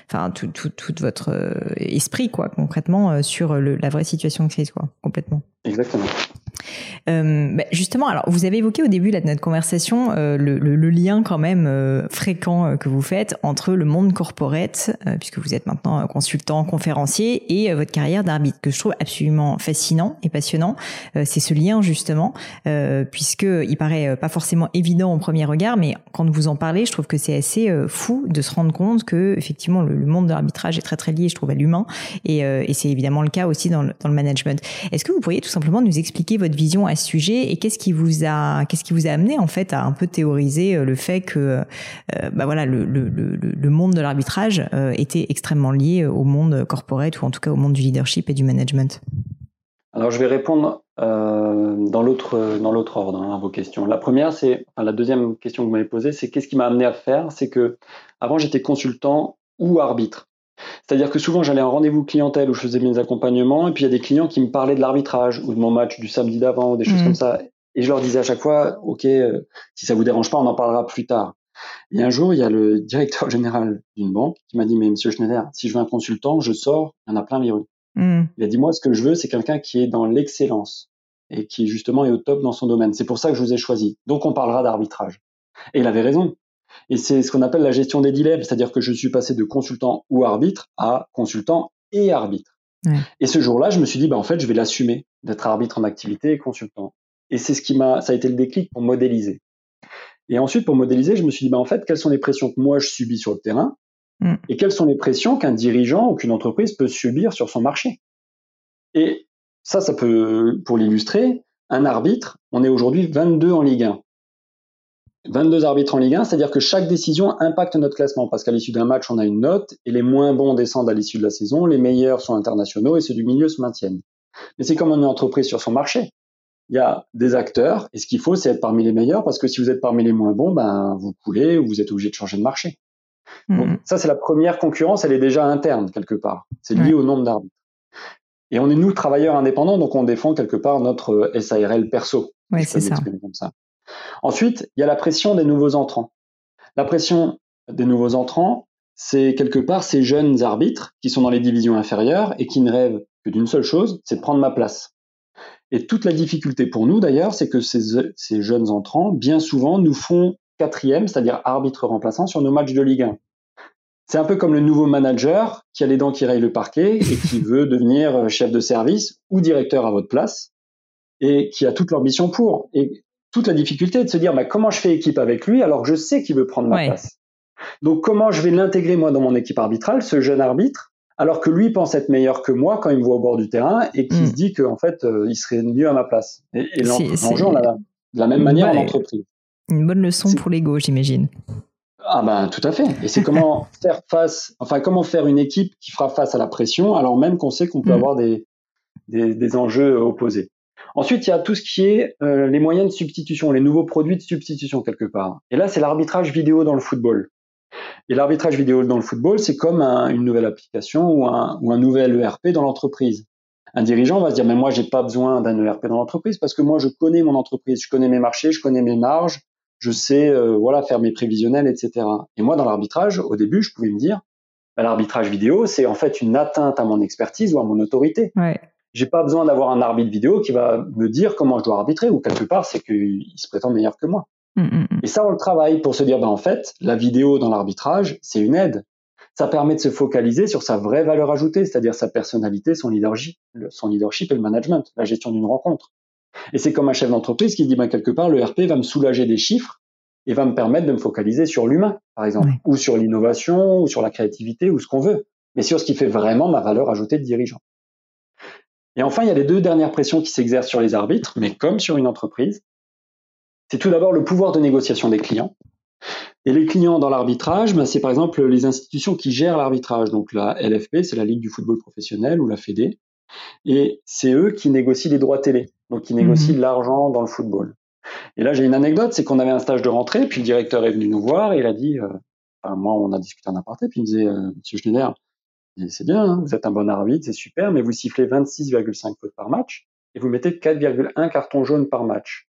esprit, quoi, concrètement, sur la vraie situation de crise, quoi, complètement. Exactement. Justement, alors vous avez évoqué au début de notre conversation le lien quand même fréquent que vous faites entre le monde corporate, puisque vous êtes maintenant consultant, conférencier, et votre carrière d'arbitre, que je trouve absolument fascinant et passionnant. C'est ce lien justement, puisque il paraît pas forcément évident au premier regard, mais quand vous en parlez, je trouve que c'est assez fou de se rendre compte que effectivement le monde de l'arbitrage est très très lié, je trouve, à l'humain, et c'est évidemment le cas aussi dans le management. Est-ce que vous pourriez tout simplement nous expliquer votre vision à ce sujet et qu'est-ce qui vous a amené en fait à un peu théoriser le fait que le monde de l'arbitrage était extrêmement lié au monde corporate ou en tout cas au monde du leadership et du management? Alors je vais répondre dans l'autre ordre à vos questions. La deuxième question que vous m'avez posée, c'est qu'est-ce qui m'a amené à faire? C'est que avant j'étais consultant ou arbitre. C'est-à-dire que souvent, j'allais à un rendez-vous clientèle où je faisais mes accompagnements et puis il y a des clients qui me parlaient de l'arbitrage ou de mon match du samedi d'avant ou des choses comme ça. Et je leur disais à chaque fois, OK, si ça vous dérange pas, on en parlera plus tard. Et un jour, il y a le directeur général d'une banque qui m'a dit, mais monsieur Schneider, si je veux un consultant, je sors, il y en a plein les rues. Il a dit, moi, ce que je veux, c'est quelqu'un qui est dans l'excellence et qui justement est au top dans son domaine. C'est pour ça que je vous ai choisi. Donc, on parlera d'arbitrage. Et il avait raison. Et c'est ce qu'on appelle la gestion des dilemmes, c'est-à-dire que je suis passé de consultant ou arbitre à consultant et arbitre. Ouais. Et ce jour-là, je me suis dit, en fait, je vais l'assumer d'être arbitre en activité et consultant. Et c'est ça a été le déclic pour modéliser. Et ensuite, pour modéliser, je me suis dit, en fait, quelles sont les pressions que moi je subis sur le terrain et quelles sont les pressions qu'un dirigeant ou qu'une entreprise peut subir sur son marché. Et ça peut, pour l'illustrer, un arbitre, on est aujourd'hui 22 en Ligue 1. 22 arbitres en Ligue 1, c'est-à-dire que chaque décision impacte notre classement, parce qu'à l'issue d'un match, on a une note, et les moins bons descendent à l'issue de la saison, les meilleurs sont internationaux, et ceux du milieu se maintiennent. Mais c'est comme une entreprise sur son marché. Il y a des acteurs, et ce qu'il faut, c'est être parmi les meilleurs, parce que si vous êtes parmi les moins bons, vous coulez, ou vous êtes obligé de changer de marché. Donc ça, c'est la première concurrence, elle est déjà interne, quelque part. C'est lié au nombre d'arbitres. Et on est, nous, travailleurs indépendants, donc on défend quelque part notre SARL perso. Oui, c'est ça. Comme ça. Ensuite, il y a la pression des nouveaux entrants. La pression des nouveaux entrants, c'est quelque part ces jeunes arbitres qui sont dans les divisions inférieures et qui ne rêvent que d'une seule chose, c'est de prendre ma place. Et toute la difficulté pour nous, d'ailleurs, c'est que ces jeunes entrants, bien souvent, nous font quatrième, c'est-à-dire arbitre remplaçant sur nos matchs de Ligue 1. C'est un peu comme le nouveau manager qui a les dents qui rayent le parquet et qui veut devenir chef de service ou directeur à votre place et qui a toute l'ambition pour. Et toute la difficulté est de se dire comment je fais équipe avec lui alors que je sais qu'il veut prendre ma place. Donc comment je vais l'intégrer moi dans mon équipe arbitrale, ce jeune arbitre, alors que lui pense être meilleur que moi quand il me voit au bord du terrain et qui se dit qu'en fait il serait mieux à ma place. Et l'enjeu, on l'a de la même manière en entreprise. Une bonne leçon pour l'ego, j'imagine. Ah tout à fait. Et c'est comment comment faire une équipe qui fera face à la pression alors même qu'on sait qu'on peut avoir des enjeux opposés. Ensuite, il y a tout ce qui est les moyens de substitution, les nouveaux produits de substitution quelque part. Et là, c'est l'arbitrage vidéo dans le football. Et l'arbitrage vidéo dans le football, c'est comme une nouvelle application ou un nouvel ERP dans l'entreprise. Un dirigeant va se dire, mais moi, j'ai pas besoin d'un ERP dans l'entreprise parce que moi, je connais mon entreprise, je connais mes marchés, je connais mes marges, je sais faire mes prévisionnels, etc. Et moi, dans l'arbitrage, au début, je pouvais me dire, l'arbitrage vidéo, c'est en fait une atteinte à mon expertise ou à mon autorité. Ouais. J'ai pas besoin d'avoir un arbitre vidéo qui va me dire comment je dois arbitrer, ou quelque part, c'est qu'il se prétend meilleur que moi. Et ça, on le travaille pour se dire, en fait, la vidéo dans l'arbitrage, c'est une aide. Ça permet de se focaliser sur sa vraie valeur ajoutée, c'est-à-dire sa personnalité, son leadership et le management, la gestion d'une rencontre. Et c'est comme un chef d'entreprise qui dit, quelque part, le RP va me soulager des chiffres et va me permettre de me focaliser sur l'humain, par exemple, ou sur l'innovation, ou sur la créativité, ou ce qu'on veut, mais sur ce qui fait vraiment ma valeur ajoutée de dirigeant. Et enfin, il y a les 2 dernières pressions qui s'exercent sur les arbitres, mais comme sur une entreprise. C'est tout d'abord le pouvoir de négociation des clients. Et les clients dans l'arbitrage, c'est par exemple les institutions qui gèrent l'arbitrage. Donc la LFP, c'est la Ligue du football professionnel ou la Fédé. Et c'est eux qui négocient les droits télé, donc qui négocient l'argent dans le football. Et là, j'ai une anecdote, c'est qu'on avait un stage de rentrée, puis le directeur est venu nous voir et il a dit, moi, on a discuté en aparté, puis il me disait, Monsieur Schneider, c'est bien, hein, vous êtes un bon arbitre, c'est super, mais vous sifflez 26,5 fautes par match et vous mettez 4,1 cartons jaunes par match.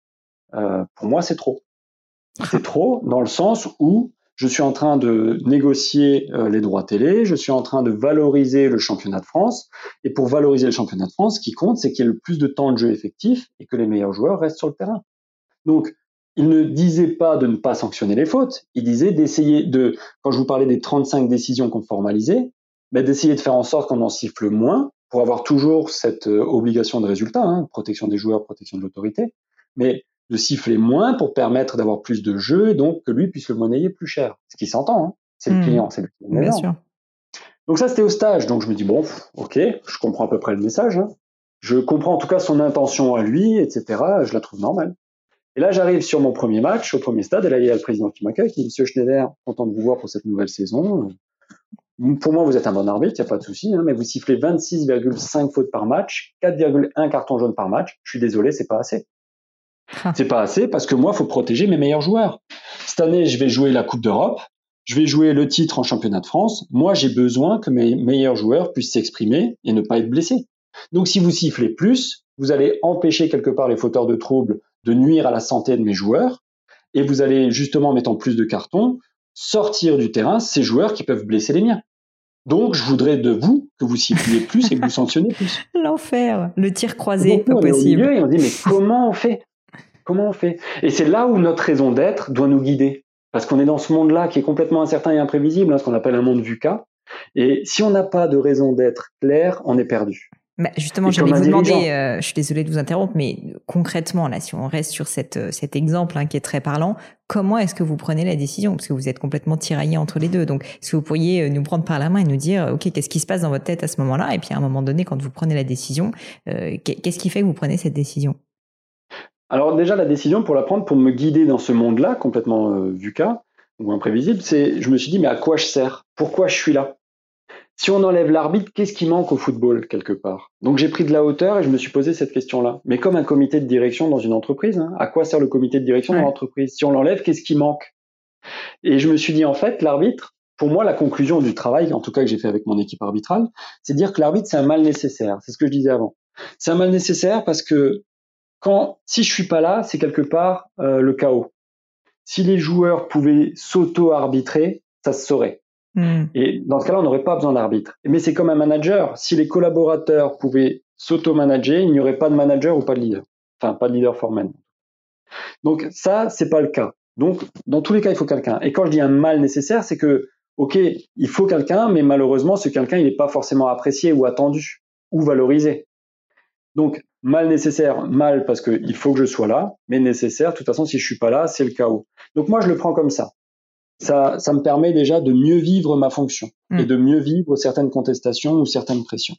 Pour moi, c'est trop. C'est trop dans le sens où je suis en train de négocier les droits télé, je suis en train de valoriser le championnat de France, et pour valoriser le championnat de France, ce qui compte, c'est qu'il y ait le plus de temps de jeu effectif et que les meilleurs joueurs restent sur le terrain. Donc, il ne disait pas de ne pas sanctionner les fautes, il disait d'essayer de, quand je vous parlais des 35 décisions qu'on formalisait, d'essayer de faire en sorte qu'on en siffle moins, pour avoir toujours cette obligation de résultat, hein, protection des joueurs, protection de l'autorité, mais de siffler moins pour permettre d'avoir plus de jeux et donc que lui puisse le monnayer plus cher. Ce qui s'entend, hein. C'est le client, c'est le client. Bien sûr. Donc ça, c'était au stage. Donc je me dis, bon, ok, je comprends à peu près le message. Hein. Je comprends en tout cas son intention à lui, etc. Je la trouve normale. Et là, j'arrive sur mon premier match, au premier stade, et là, il y a le président qui m'accueille, qui dit, Monsieur Schneider, content de vous voir pour cette nouvelle saison. Pour moi, vous êtes un bon arbitre, il n'y a pas de souci, hein, mais vous sifflez 26,5 fautes par match, 4,1 cartons jaunes par match. Je suis désolé, c'est pas assez. C'est pas assez parce que moi, il faut protéger mes meilleurs joueurs. Cette année, je vais jouer la Coupe d'Europe, je vais jouer le titre en championnat de France. Moi, j'ai besoin que mes meilleurs joueurs puissent s'exprimer et ne pas être blessés. Donc, si vous sifflez plus, vous allez empêcher quelque part les fauteurs de troubles de nuire à la santé de mes joueurs et vous allez justement, en mettant plus de cartons, sortir du terrain ces joueurs qui peuvent blesser les miens. Donc, je voudrais de vous que vous siffliez plus et que vous sanctionnez plus. L'enfer, le tir croisé, donc, pas possible. On est au milieu et on dit, mais comment on fait ? Comment on fait ? Et c'est là où notre raison d'être doit nous guider. Parce qu'on est dans ce monde-là qui est complètement incertain et imprévisible, hein, ce qu'on appelle un monde VUCA. Et si on n'a pas de raison d'être claire, on est perdu. Justement, j'allais vous demander, je suis désolée de vous interrompre, mais concrètement, là, si on reste sur cet exemple qui est très parlant, comment est-ce que vous prenez la décision ? Parce que vous êtes complètement tiraillé entre les deux. Donc, est-ce que vous pourriez nous prendre par la main et nous dire, OK, qu'est-ce qui se passe dans votre tête à ce moment-là ? Et puis, à un moment donné, quand vous prenez la décision, qu'est-ce qui fait que vous prenez cette décision ? Alors déjà, la décision pour la prendre, pour me guider dans ce monde-là, complètement VUCA ou imprévisible, je me suis dit, mais à quoi je sers ? Pourquoi je suis là ? Si on enlève l'arbitre, qu'est-ce qui manque au football, quelque part ? Donc j'ai pris de la hauteur et je me suis posé cette question-là. Mais comme un comité de direction dans une entreprise, hein, à quoi sert le comité de direction dans l'entreprise ? Si on l'enlève, qu'est-ce qui manque ? Et je me suis dit, en fait, l'arbitre, pour moi, la conclusion du travail, en tout cas que j'ai fait avec mon équipe arbitrale, c'est de dire que l'arbitre, c'est un mal nécessaire. C'est ce que je disais avant. C'est un mal nécessaire parce que si je suis pas là, c'est quelque part le chaos. Si les joueurs pouvaient s'auto-arbitrer, ça se saurait. Et dans ce cas-là, on n'aurait pas besoin d'arbitre. Mais c'est comme un manager. Si les collaborateurs pouvaient s'auto-manager, il n'y aurait pas de manager ou pas de leader. Enfin, pas de leader formel. Donc ça, c'est pas le cas. Donc, dans tous les cas, il faut quelqu'un. Et quand je dis un mal nécessaire, c'est que, ok, il faut quelqu'un, mais malheureusement, ce quelqu'un, il n'est pas forcément apprécié ou attendu ou valorisé. Donc, mal nécessaire, mal parce qu'il faut que je sois là, mais nécessaire, de toute façon, si je suis pas là, c'est le chaos. Donc moi, je le prends comme ça. Ça me permet déjà de mieux vivre ma fonction et de mieux vivre certaines contestations ou certaines pressions.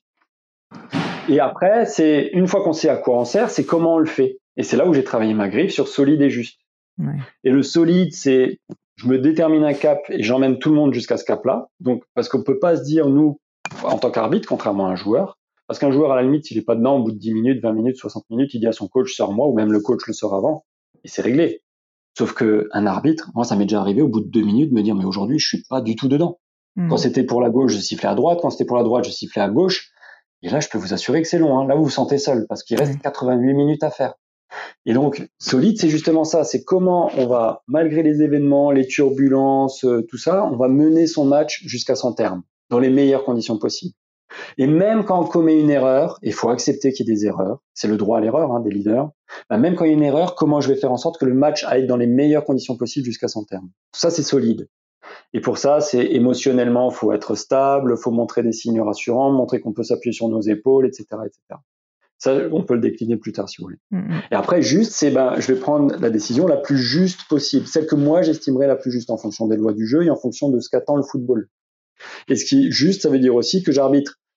Et après, c'est une fois qu'on sait à quoi on sert, c'est comment on le fait. Et c'est là où j'ai travaillé ma griffe sur solide et juste. Et le solide, c'est je me détermine un cap et j'emmène tout le monde jusqu'à ce cap-là. Donc, parce qu'on peut pas se dire, nous, en tant qu'arbitre, contrairement à un joueur, parce qu'un joueur, à la limite, s'il est pas dedans, au bout de 10 minutes, 20 minutes, 60 minutes, il dit à son coach, sors-moi, ou même le coach le sort avant, et c'est réglé. Sauf qu'un arbitre, moi, ça m'est déjà arrivé au bout de 2 minutes de me dire, mais aujourd'hui, je suis pas du tout dedans. Quand c'était pour la gauche, je sifflais à droite. Quand c'était pour la droite, je sifflais à gauche. Et là, je peux vous assurer que c'est long. Hein. Là, vous vous sentez seul parce qu'il reste 88 minutes à faire. Et donc, solide, c'est justement ça. C'est comment on va, malgré les événements, les turbulences, tout ça, on va mener son match jusqu'à son terme, dans les meilleures conditions possibles. Et même quand on commet une erreur, il faut accepter qu'il y ait des erreurs, c'est le droit à l'erreur des leaders, même quand il y a une erreur, comment je vais faire en sorte que le match aille dans les meilleures conditions possibles jusqu'à son terme. Tout ça, c'est solide. Et pour ça, c'est émotionnellement, il faut être stable, il faut montrer des signes rassurants, montrer qu'on peut s'appuyer sur nos épaules, etc., etc. Ça, on peut le décliner plus tard si vous voulez. Et après, juste, c'est je vais prendre la décision la plus juste possible, celle que moi j'estimerais la plus juste en fonction des lois du jeu et en fonction de ce qu'attend le football. Et ce qui est juste, ça veut dire aussi que j'arbitre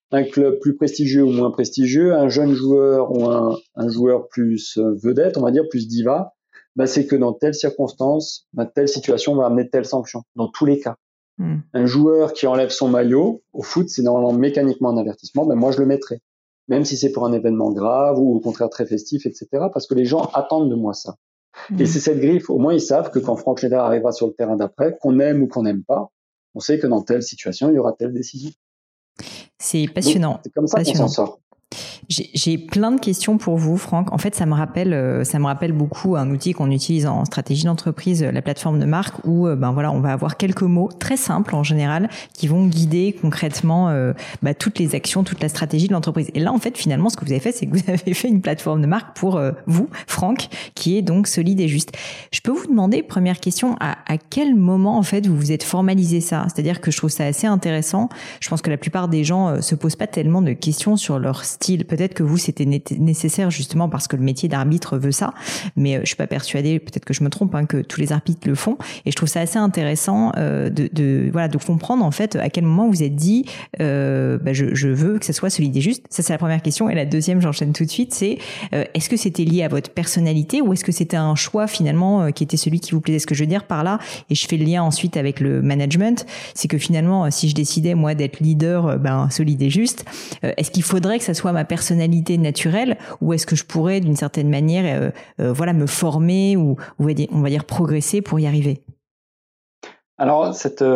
un club plus prestigieux ou moins prestigieux, un jeune joueur ou un joueur plus vedette, on va dire, plus diva, c'est que dans telle circonstance, telle situation va amener telle sanction, dans tous les cas. Un joueur qui enlève son maillot, au foot, c'est normalement mécaniquement un avertissement, moi je le mettrai. Même si c'est pour un événement grave ou au contraire très festif, etc. Parce que les gens attendent de moi ça. Et c'est cette griffe, au moins ils savent que quand Franck Schneider arrivera sur le terrain d'après, qu'on aime ou qu'on n'aime pas, on sait que dans telle situation, il y aura telle décision. C'est passionnant. Donc, c'est comme ça qu'on s'en sort. J'ai plein de questions pour vous, Franck. En fait, ça me rappelle beaucoup un outil qu'on utilise en stratégie d'entreprise, la plateforme de marque, où on va avoir quelques mots très simples en général qui vont guider concrètement toutes les actions, toute la stratégie de l'entreprise. Et là, en fait, finalement, ce que vous avez fait, c'est que vous avez fait une plateforme de marque pour vous, Franck, qui est donc solide et juste. Je peux vous demander, première question, à quel moment en fait vous vous êtes formalisé ça? C'est-à-dire que je trouve ça assez intéressant. Je pense que la plupart des gens se posent pas tellement de questions sur leur style. Peut-être que vous, c'était nécessaire justement parce que le métier d'arbitre veut ça, mais je suis pas persuadée, peut-être que je me trompe, que tous les arbitres le font. Et je trouve ça assez intéressant de comprendre en fait à quel moment vous êtes dit je veux que ça soit solide et juste. Ça, c'est la première question. Et la deuxième, j'enchaîne tout de suite, c'est est-ce que c'était lié à votre personnalité ou est-ce que c'était un choix finalement qui était celui qui vous plaisait? Ce que je veux dire par là, et je fais le lien ensuite avec le management, c'est que finalement, si je décidais moi d'être leader solide et juste, est-ce qu'il faudrait que ça soit ma personnalité naturelle ou est-ce que je pourrais d'une certaine manière me former ou on va dire progresser pour y arriver? Alors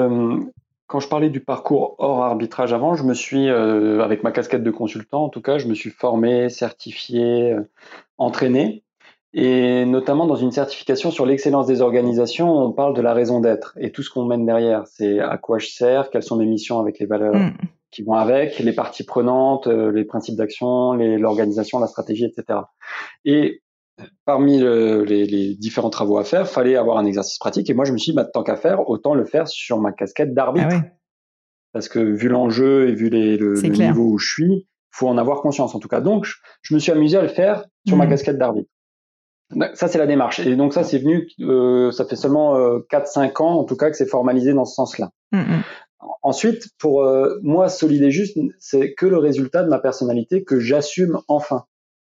quand je parlais du parcours hors arbitrage avant, je me suis avec ma casquette de consultant en tout cas, je me suis formé, certifié, entraîné, et notamment dans une certification sur l'excellence des organisations, on parle de la raison d'être et tout ce qu'on mène derrière, c'est à quoi je sers, quelles sont mes missions avec les valeurs qui vont avec, les parties prenantes, les principes d'action, l'organisation, la stratégie, etc. Et parmi les différents travaux à faire, fallait avoir un exercice pratique. Et moi, je me suis dit, tant qu'à faire, autant le faire sur ma casquette d'arbitre. Ah ouais. Parce que vu l'enjeu et vu le niveau où je suis, faut en avoir conscience en tout cas. Donc, je me suis amusé à le faire sur ma casquette d'arbitre. Ça, c'est la démarche. Et donc ça, c'est venu, ça fait seulement 4-5 ans en tout cas que c'est formalisé dans ce sens-là. Ensuite, pour moi, solide et juste, c'est que le résultat de ma personnalité que j'assume enfin.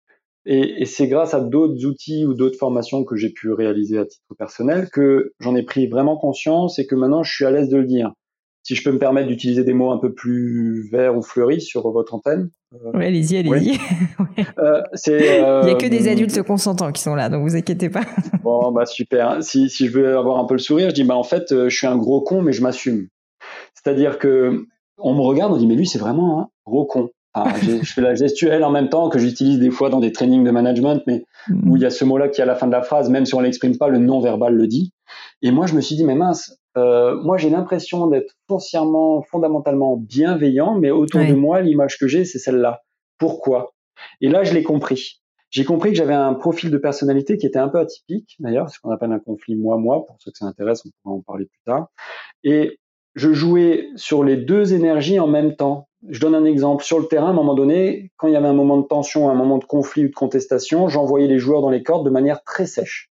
Et c'est grâce à d'autres outils ou d'autres formations que j'ai pu réaliser à titre personnel que j'en ai pris vraiment conscience et que maintenant je suis à l'aise de le dire. Si je peux me permettre d'utiliser des mots un peu plus verts ou fleuris sur votre antenne. Oui, allez-y. Oui. Il n'y a que des adultes consentants qui sont là, donc vous inquiétez pas. Bon, super. Si je veux avoir un peu le sourire, je dis, en fait, je suis un gros con, mais je m'assume. C'est-à-dire que on me regarde, on dit, mais lui, c'est vraiment un gros con. Je fais la gestuelle en même temps que j'utilise des fois dans des trainings de management, mais où il y a ce mot-là qui est à la fin de la phrase, même si on l'exprime pas, le non-verbal le dit. Et moi, je me suis dit, mais mince, moi, j'ai l'impression d'être fondamentalement bienveillant, mais autour de moi, l'image que j'ai, c'est celle-là. Pourquoi? Et là, je l'ai compris. J'ai compris que j'avais un profil de personnalité qui était un peu atypique, d'ailleurs, ce qu'on appelle un conflit moi-moi. Pour ceux que ça intéresse, on pourra en parler plus tard. Et je jouais sur les deux énergies en même temps. Je donne un exemple. Sur le terrain, à un moment donné, quand il y avait un moment de tension, un moment de conflit ou de contestation, j'envoyais les joueurs dans les cordes de manière très sèche.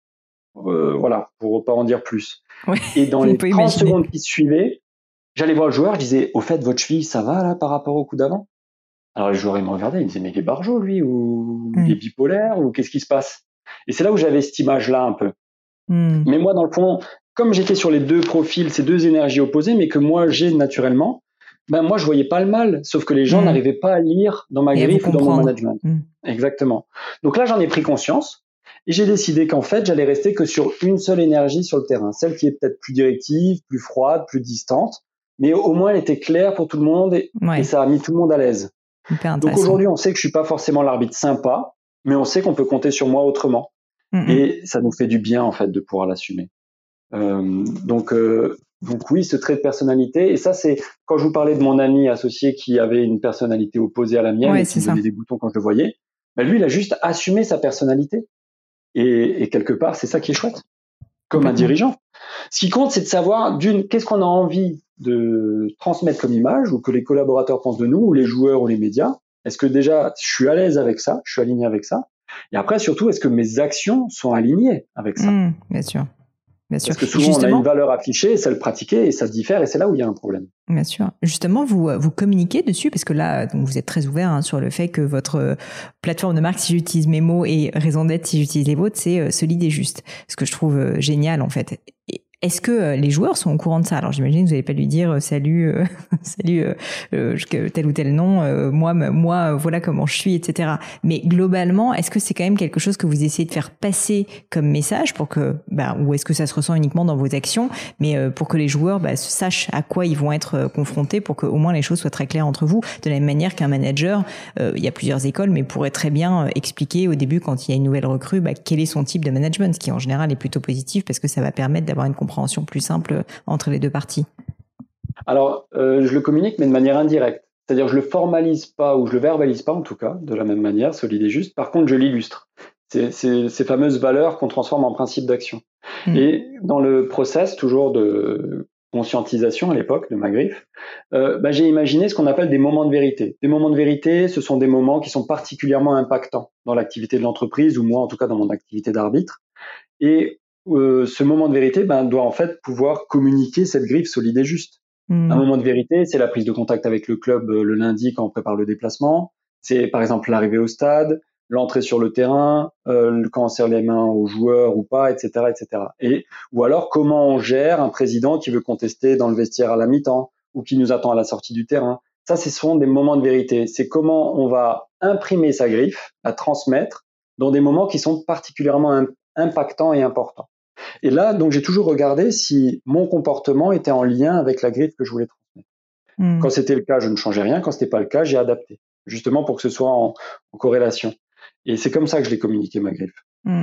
Voilà, pour pas en dire plus. Ouais, et dans les 30 secondes qui suivaient, j'allais voir le joueur, je disais, au fait, votre cheville, ça va là par rapport au coup d'avant? Alors les joueurs, ils me regardaient, ils me disaient, mais il est barjot, lui, ou il est bipolaire, ou qu'est-ce qui se passe? Et c'est là où j'avais cette image-là un peu. Mais moi, dans le fond, comme j'étais sur les deux profils, ces deux énergies opposées, mais que moi j'ai naturellement, moi je voyais pas le mal, sauf que les gens n'arrivaient pas à lire dans ma griffe ou dans mon management. Exactement. Donc là, j'en ai pris conscience et j'ai décidé qu'en fait, j'allais rester que sur une seule énergie sur le terrain, celle qui est peut-être plus directive, plus froide, plus distante, mais au moins elle était claire pour tout le monde et ça a mis tout le monde à l'aise. Donc aujourd'hui, on sait que je suis pas forcément l'arbitre sympa, mais on sait qu'on peut compter sur moi autrement. Et ça nous fait du bien en fait de pouvoir l'assumer. Donc oui, ce trait de personnalité. Et ça, c'est quand je vous parlais de mon ami associé qui avait une personnalité opposée à la mienne et qui me donnait des boutons quand je le voyais. Lui, il a juste assumé sa personnalité. Et quelque part, c'est ça qui est chouette. Comme un dirigeant. Ce qui compte, c'est de savoir qu'est-ce qu'on a envie de transmettre comme image ou que les collaborateurs pensent de nous ou les joueurs ou les médias. Est-ce que déjà, je suis à l'aise avec ça, je suis aligné avec ça? Et après, surtout, est-ce que mes actions sont alignées avec ça? Bien sûr. Bien sûr. Parce que souvent, on a une valeur affichée, celle pratiquée, et ça diffère, et c'est là où il y a un problème. Bien sûr. Justement, vous communiquez dessus, parce que là, donc vous êtes très ouvert sur le fait que votre plateforme de marque, si j'utilise mes mots, et raison d'être, si j'utilise les vôtres, c'est solide et juste. Ce que je trouve génial, en fait. Est-ce que les joueurs sont au courant de ça? Alors j'imagine que vous n'allez pas lui dire salut tel ou tel nom, moi voilà comment je suis, etc. Mais globalement, est-ce que c'est quand même quelque chose que vous essayez de faire passer comme message pour que, ou est-ce que ça se ressent uniquement dans vos actions, mais pour que les joueurs sachent à quoi ils vont être confrontés, pour que au moins les choses soient très claires entre vous, de la même manière qu'un manager, il y a plusieurs écoles, mais pourrait très bien expliquer au début quand il y a une nouvelle recrue, quel est son type de management, ce qui en général est plutôt positif parce que ça va permettre d'avoir une compréhension plus simple entre les deux parties. Alors, je le communique, mais de manière indirecte. C'est-à-dire, je le formalise pas ou je le verbalise pas, en tout cas, de la même manière, solide et juste. Par contre, je l'illustre. C'est ces fameuses valeurs qu'on transforme en principe d'action. Et dans le process, toujours de conscientisation à l'époque de ma griffe, j'ai imaginé ce qu'on appelle des moments de vérité. Des moments de vérité, ce sont des moments qui sont particulièrement impactants dans l'activité de l'entreprise, ou moi, en tout cas, dans mon activité d'arbitre. Et ce moment de vérité doit en fait pouvoir communiquer cette griffe solide et juste. Un moment de vérité, c'est la prise de contact avec le club le lundi quand on prépare le déplacement. C'est par exemple l'arrivée au stade, l'entrée sur le terrain, quand on serre les mains aux joueurs ou pas, etc., etc. Ou alors comment on gère un président qui veut contester dans le vestiaire à la mi-temps ou qui nous attend à la sortie du terrain. Ça, ce sont des moments de vérité. C'est comment on va imprimer sa griffe, la transmettre dans des moments qui sont particulièrement impactants et importants. Et là, donc, j'ai toujours regardé si mon comportement était en lien avec la griffe que je voulais transmettre. Quand c'était le cas, je ne changeais rien. Quand c'était pas le cas, j'ai adapté, justement pour que ce soit en corrélation. Et c'est comme ça que je l'ai communiqué, ma griffe.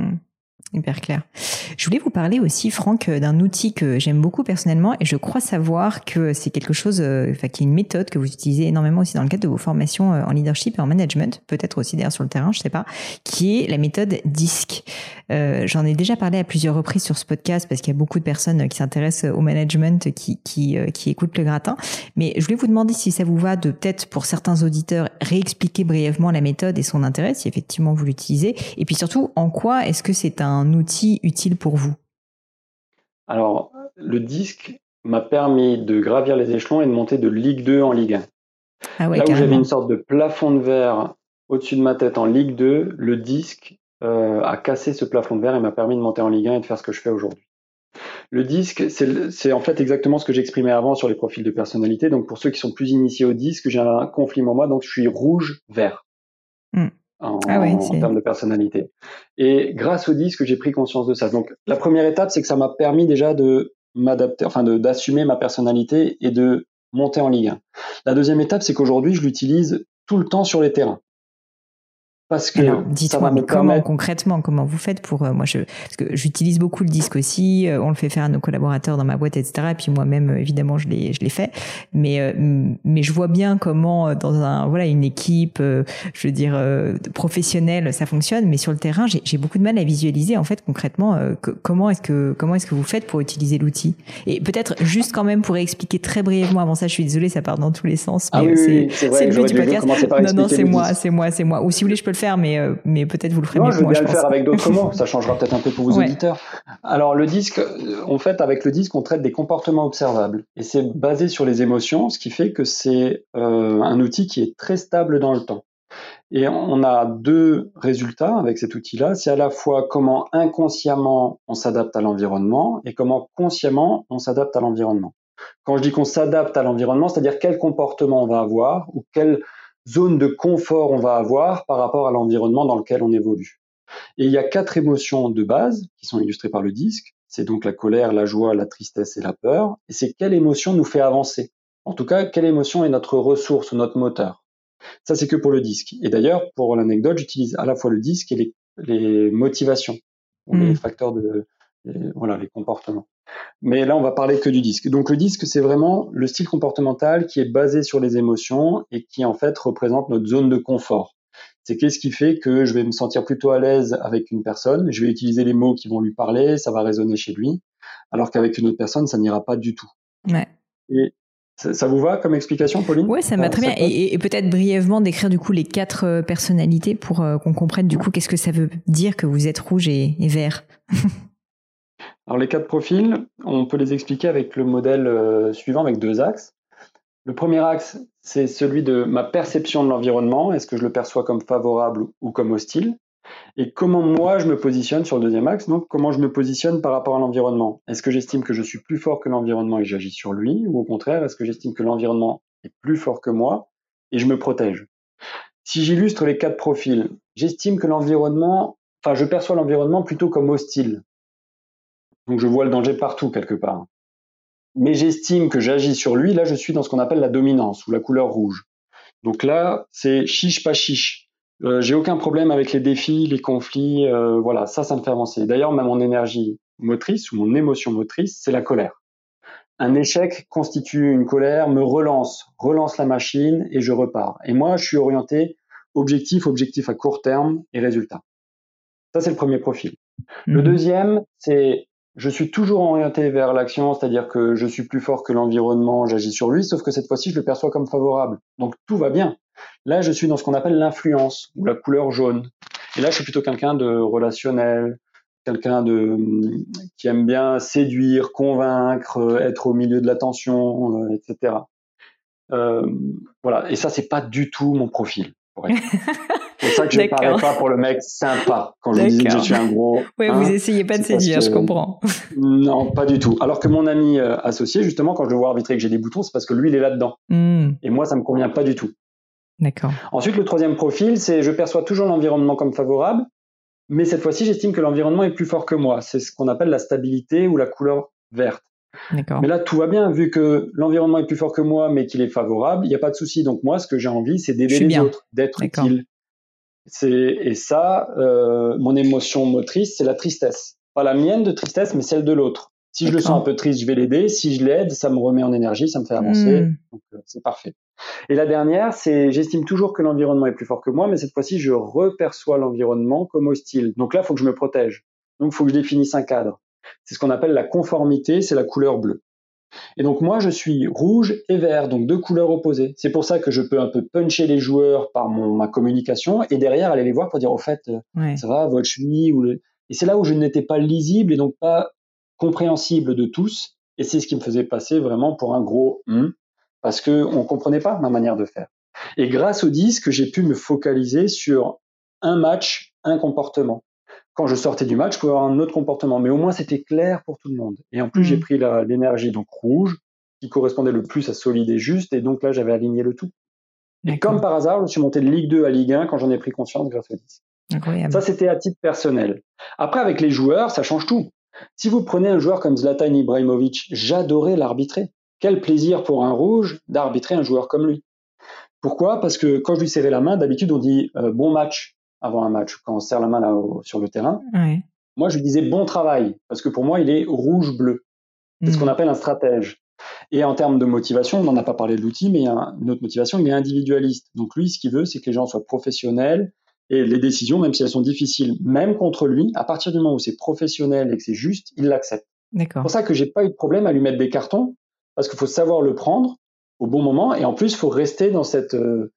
Hyper clair. Je voulais vous parler aussi, Franck, d'un outil que j'aime beaucoup personnellement et je crois savoir que c'est quelque chose, qui est une méthode que vous utilisez énormément aussi dans le cadre de vos formations en leadership et en management, peut-être aussi d'ailleurs sur le terrain, je sais pas, qui est la méthode DISC. J'en ai déjà parlé à plusieurs reprises sur ce podcast parce qu'il y a beaucoup de personnes qui s'intéressent au management qui écoutent le gratin. Mais je voulais vous demander si ça vous va de peut-être pour certains auditeurs réexpliquer brièvement la méthode et son intérêt, si effectivement vous l'utilisez, et puis surtout en quoi est-ce que c'est un outil utile pour vous? Alors, le DISC m'a permis de gravir les échelons et de monter de Ligue 2 en Ligue 1. Ah ouais, là où carrément. j'avais une sorte de plafond de verre au-dessus de ma tête en Ligue 2, le DISC a cassé ce plafond de verre et m'a permis de monter en Ligue 1 et de faire ce que je fais aujourd'hui. Le DISC, c'est en fait exactement ce que j'exprimais avant sur les profils de personnalité. Donc, pour ceux qui sont plus initiés au DISC, j'ai un conflit en moi, donc je suis rouge-vert. En termes de personnalité. Et grâce au DISC, j'ai pris conscience de ça. Donc, la première étape, c'est que ça m'a permis déjà de m'adapter, d'assumer ma personnalité et de monter en Ligue 1. La deuxième étape, c'est qu'aujourd'hui, je l'utilise tout le temps sur les terrains. Parce que alors, dites-moi, mais comment concrètement, comment vous faites pour parce que j'utilise beaucoup le DISC aussi, on le fait faire à nos collaborateurs dans ma boîte, etc. Et puis moi-même, évidemment, je l'ai fait. Mais je vois bien comment dans une équipe, je veux dire professionnelle, ça fonctionne. Mais sur le terrain, j'ai beaucoup de mal à visualiser en fait concrètement comment est-ce que vous faites pour utiliser l'outil. Et peut-être juste quand même pour expliquer très brièvement avant ça, je suis désolée, ça part dans tous les sens. Mais c'est le but du podcast. Non, c'est moi. Ou si vous voulez, je peux le faire, mais peut-être vous le ferez mieux que moi. Je vais bien le faire avec d'autres mots, ça changera peut-être un peu pour vos auditeurs. Alors le DISC, en fait, avec le DISC, on traite des comportements observables et c'est basé sur les émotions, ce qui fait que c'est un outil qui est très stable dans le temps. Et on a deux résultats avec cet outil-là, c'est à la fois comment inconsciemment on s'adapte à l'environnement et comment consciemment on s'adapte à l'environnement. Quand je dis qu'on s'adapte à l'environnement, c'est-à-dire quel comportement on va avoir ou quelle zone de confort on va avoir par rapport à l'environnement dans lequel on évolue. Et il y a 4 émotions de base qui sont illustrées par le DISC. C'est donc la colère, la joie, la tristesse et la peur. Et c'est quelle émotion nous fait avancer. En tout cas, quelle émotion est notre ressource ou notre moteur. Ça, c'est que pour le DISC. Et d'ailleurs, pour l'anecdote, j'utilise à la fois le DISC et les motivations, ou les facteurs les comportements. Mais là, on va parler que du DISC. Donc, le DISC, c'est vraiment le style comportemental qui est basé sur les émotions et qui, en fait, représente notre zone de confort. C'est qu'est-ce qui fait que je vais me sentir plutôt à l'aise avec une personne, je vais utiliser les mots qui vont lui parler, ça va résonner chez lui, alors qu'avec une autre personne, ça n'ira pas du tout. Ouais. Et ça vous va comme explication, Pauline? Oui, ça me va très bien. Et peut-être brièvement décrire du coup les 4 personnalités pour qu'on comprenne du coup qu'est-ce que ça veut dire que vous êtes rouge et vert. Alors les 4 profils, on peut les expliquer avec le modèle suivant, avec 2 axes. Le premier axe, c'est celui de ma perception de l'environnement. Est-ce que je le perçois comme favorable ou comme hostile? Et comment moi je me positionne sur le deuxième axe, donc comment je me positionne par rapport à l'environnement. Est-ce que j'estime que je suis plus fort que l'environnement et j'agis sur lui, ou au contraire, est-ce que j'estime que l'environnement est plus fort que moi et je me protège? Si j'illustre les 4 profils, j'estime que je perçois l'environnement plutôt comme hostile. Donc je vois le danger partout quelque part. Mais j'estime que j'agis sur lui, là je suis dans ce qu'on appelle la dominance ou la couleur rouge. Donc là, c'est chiche pas chiche. J'ai aucun problème avec les défis, les conflits, voilà, ça me fait avancer. D'ailleurs, même mon énergie motrice ou mon émotion motrice, c'est la colère. Un échec constitue une colère, me relance la machine et je repars. Et moi, je suis orienté objectif à court terme et résultat. Ça, c'est le premier profil. Le deuxième, c'est je suis toujours orienté vers l'action, c'est-à-dire que je suis plus fort que l'environnement, j'agis sur lui, sauf que cette fois-ci, je le perçois comme favorable. Donc tout va bien. Là, je suis dans ce qu'on appelle l'influence, ou la couleur jaune. Et là, je suis plutôt quelqu'un de relationnel, quelqu'un qui aime bien séduire, convaincre, être au milieu de l'attention, etc. Voilà. Et ça, c'est pas du tout mon profil, pour être C'est pour ça que je ne parais pas pour le mec sympa quand je vous disais que je suis un gros. Ouais, vous essayez pas de séduire, je comprends. Non, pas du tout. Alors que mon ami associé, justement, quand je le vois arbitrer et que j'ai des boutons, c'est parce que lui, il est là-dedans. Et moi, ça me convient pas du tout. D'accord. Ensuite, le troisième profil, c'est je perçois toujours l'environnement comme favorable, mais cette fois-ci, j'estime que l'environnement est plus fort que moi. C'est ce qu'on appelle la stabilité ou la couleur verte. D'accord. Mais là, tout va bien, vu que l'environnement est plus fort que moi, mais qu'il est favorable, il n'y a pas de souci. Donc moi, ce que j'ai envie, c'est d'aider les autres, d'être utile. Mon émotion motrice, c'est la tristesse. Pas la mienne de tristesse, mais celle de l'autre. Si je le sens un peu triste, je vais l'aider. Si je l'aide, ça me remet en énergie, ça me fait avancer. Donc, c'est parfait. Et la dernière, c'est j'estime toujours que l'environnement est plus fort que moi, mais cette fois-ci, je reperçois l'environnement comme hostile. Donc là, il faut que je me protège. Donc, il faut que je définisse un cadre. C'est ce qu'on appelle la conformité, c'est la couleur bleue. Et donc moi, je suis rouge et vert, donc 2 couleurs opposées. C'est pour ça que je peux un peu puncher les joueurs par ma communication et derrière aller les voir pour dire au fait, ça va, votre cheville Et c'est là où je n'étais pas lisible et donc pas compréhensible de tous. Et c'est ce qui me faisait passer vraiment pour un gros parce que on comprenait pas ma manière de faire. Et grâce au disque, j'ai pu me focaliser sur un match, un comportement. Quand je sortais du match, je pouvais avoir un autre comportement, mais au moins c'était clair pour tout le monde. Et en plus, j'ai pris l'énergie donc rouge, qui correspondait le plus à solide et juste, et donc là, j'avais aligné le tout. Et comme par hasard, je suis monté de Ligue 2 à Ligue 1 quand j'en ai pris conscience grâce au disque. Incroyable. Ça, c'était à titre personnel. Après, avec les joueurs, ça change tout. Si vous prenez un joueur comme Zlatan Ibrahimovic, j'adorais l'arbitrer. Quel plaisir pour un rouge d'arbitrer un joueur comme lui. Pourquoi ? Parce que quand je lui serrais la main, d'habitude, on dit bon match avant un match, quand on serre la main là sur le terrain. Ouais. Moi, je lui disais bon travail, parce que pour moi, il est rouge-bleu. C'est ce qu'on appelle un stratège. Et en termes de motivation, on n'en a pas parlé de l'outil, mais il y a une autre motivation, il est individualiste. Donc lui, ce qu'il veut, c'est que les gens soient professionnels et les décisions, même si elles sont difficiles, même contre lui, à partir du moment où c'est professionnel et que c'est juste, il l'accepte. D'accord. C'est pour ça que j'ai pas eu de problème à lui mettre des cartons, parce qu'il faut savoir le prendre au bon moment, et en plus, il faut rester dans cette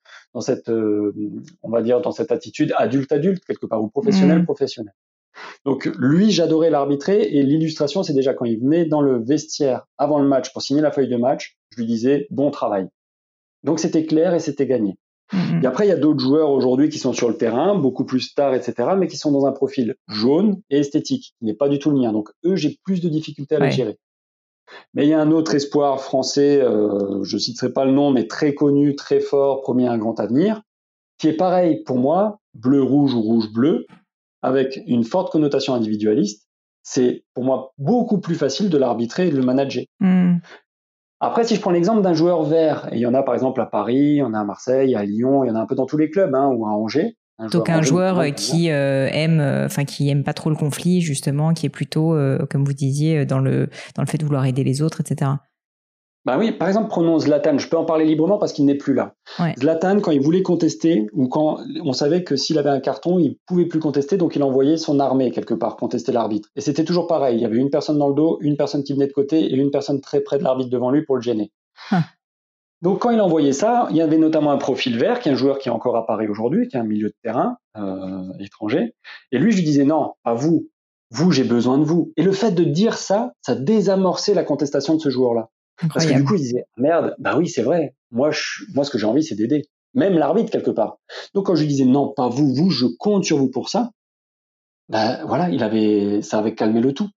on va dire, dans cette attitude adulte-adulte, quelque part, ou professionnel-professionnel. Donc, lui, j'adorais l'arbitrer, et l'illustration, c'est déjà quand il venait dans le vestiaire avant le match pour signer la feuille de match, je lui disais bon travail. Donc, c'était clair et c'était gagné. Et après, il y a d'autres joueurs aujourd'hui qui sont sur le terrain, beaucoup plus stars, etc., mais qui sont dans un profil jaune et esthétique, qui n'est pas du tout le mien. Donc, eux, j'ai plus de difficultés à les gérer. Mais il y a un autre espoir français, je citerai pas le nom, mais très connu, très fort, promis un grand avenir, qui est pareil pour moi, bleu-rouge ou rouge-bleu, avec une forte connotation individualiste. C'est pour moi beaucoup plus facile de l'arbitrer et de le manager. Après, si je prends l'exemple d'un joueur vert, et il y en a par exemple à Paris, il y en a à Marseille, à Lyon, il y en a un peu dans tous les clubs, ou à Angers. Donc un joueur qui aime pas trop le conflit, justement, qui est plutôt, comme vous disiez, dans le fait de vouloir aider les autres, etc. Bah oui, par exemple, prenons Zlatan. Je peux en parler librement parce qu'il n'est plus là. Ouais. Zlatan, quand il voulait contester, ou quand on savait que s'il avait un carton, il pouvait plus contester, donc il envoyait son armée quelque part contester l'arbitre. Et c'était toujours pareil. Il y avait une personne dans le dos, une personne qui venait de côté et une personne très près de l'arbitre devant lui pour le gêner. Donc quand il envoyait ça, il y avait notamment un profil vert, qui est un joueur qui est encore à Paris aujourd'hui, qui est un milieu de terrain étranger. Et lui, je lui disais non, pas vous. Vous, j'ai besoin de vous. Et le fait de dire ça, ça désamorçait la contestation de ce joueur-là. Parce que du Incroyable. coup, il disait, merde, bah oui, c'est vrai. Moi, ce que j'ai envie, c'est d'aider. Même l'arbitre, quelque part. Donc, quand je lui disais, non, pas vous, je compte sur vous pour ça, bah voilà, ça avait calmé le tout.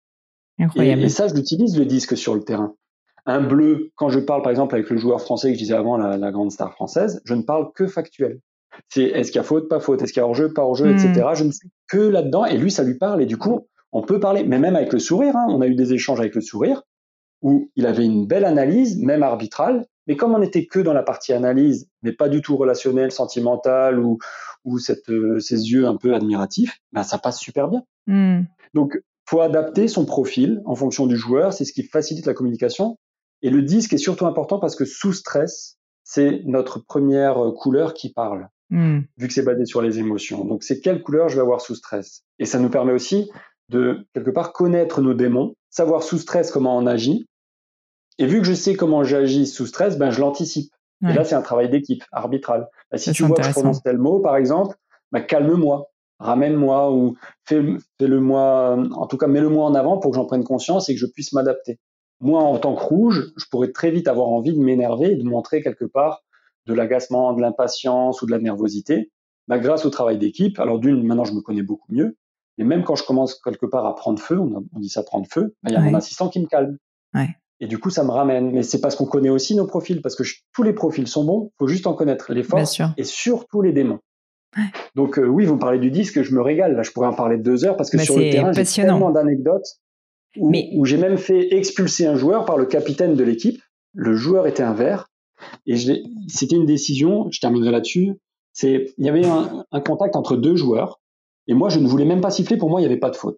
Et Incroyable. ça, je l'utilise, le disque sur le terrain. Un bleu, quand je parle par exemple avec le joueur français que je disais avant, la grande star française, je ne parle que factuel. C'est est-ce qu'il y a faute, pas faute, est-ce qu'il y a hors-jeu, pas hors-jeu, etc. Je ne suis que là-dedans et lui, ça lui parle et du coup, on peut parler, mais même avec le sourire, hein, on a eu des échanges avec le sourire où il avait une belle analyse, même arbitrale, mais comme on n'était que dans la partie analyse, mais pas du tout relationnel, sentimental ou ces yeux un peu admiratifs, ben ça passe super bien. Donc, faut adapter son profil en fonction du joueur, c'est ce qui facilite la communication. Et le disque est surtout important parce que sous stress, c'est notre première couleur qui parle, vu que c'est basé sur les émotions. Donc, c'est quelle couleur je vais avoir sous stress. Et ça nous permet aussi de, quelque part, connaître nos démons, savoir sous stress comment on agit. Et vu que je sais comment j'agis sous stress, ben, je l'anticipe. Ouais. Et là, c'est un travail d'équipe, arbitral. Ben, si Ça, tu c'est vois que je intéressant. prononce tel mot, par exemple, ben, calme-moi, ramène-moi ou fais-le-moi, en tout cas, mets-le-moi en avant pour que j'en prenne conscience et que je puisse m'adapter. Moi, en tant que rouge, je pourrais très vite avoir envie de m'énerver et de montrer quelque part de l'agacement, de l'impatience ou de la nervosité. Ben, grâce au travail d'équipe, alors maintenant, je me connais beaucoup mieux, mais même quand je commence quelque part à prendre feu, on dit ça prendre feu, ben, il y a mon assistant qui me calme. Ouais. Et du coup, ça me ramène. Mais c'est parce qu'on connaît aussi nos profils, parce que tous les profils sont bons, il faut juste en connaître les forces et surtout les démons. Ouais. Donc oui, vous me parlez du disque, je me régale. Là, je pourrais en parler 2 heures parce que sur le terrain, j'ai tellement d'anecdotes où j'ai même fait expulser un joueur par le capitaine de l'équipe. Le joueur était un vert et c'était une décision, je terminerai là-dessus, il y avait un contact entre 2 joueurs et moi, je ne voulais même pas siffler, pour moi, il n'y avait pas de faute.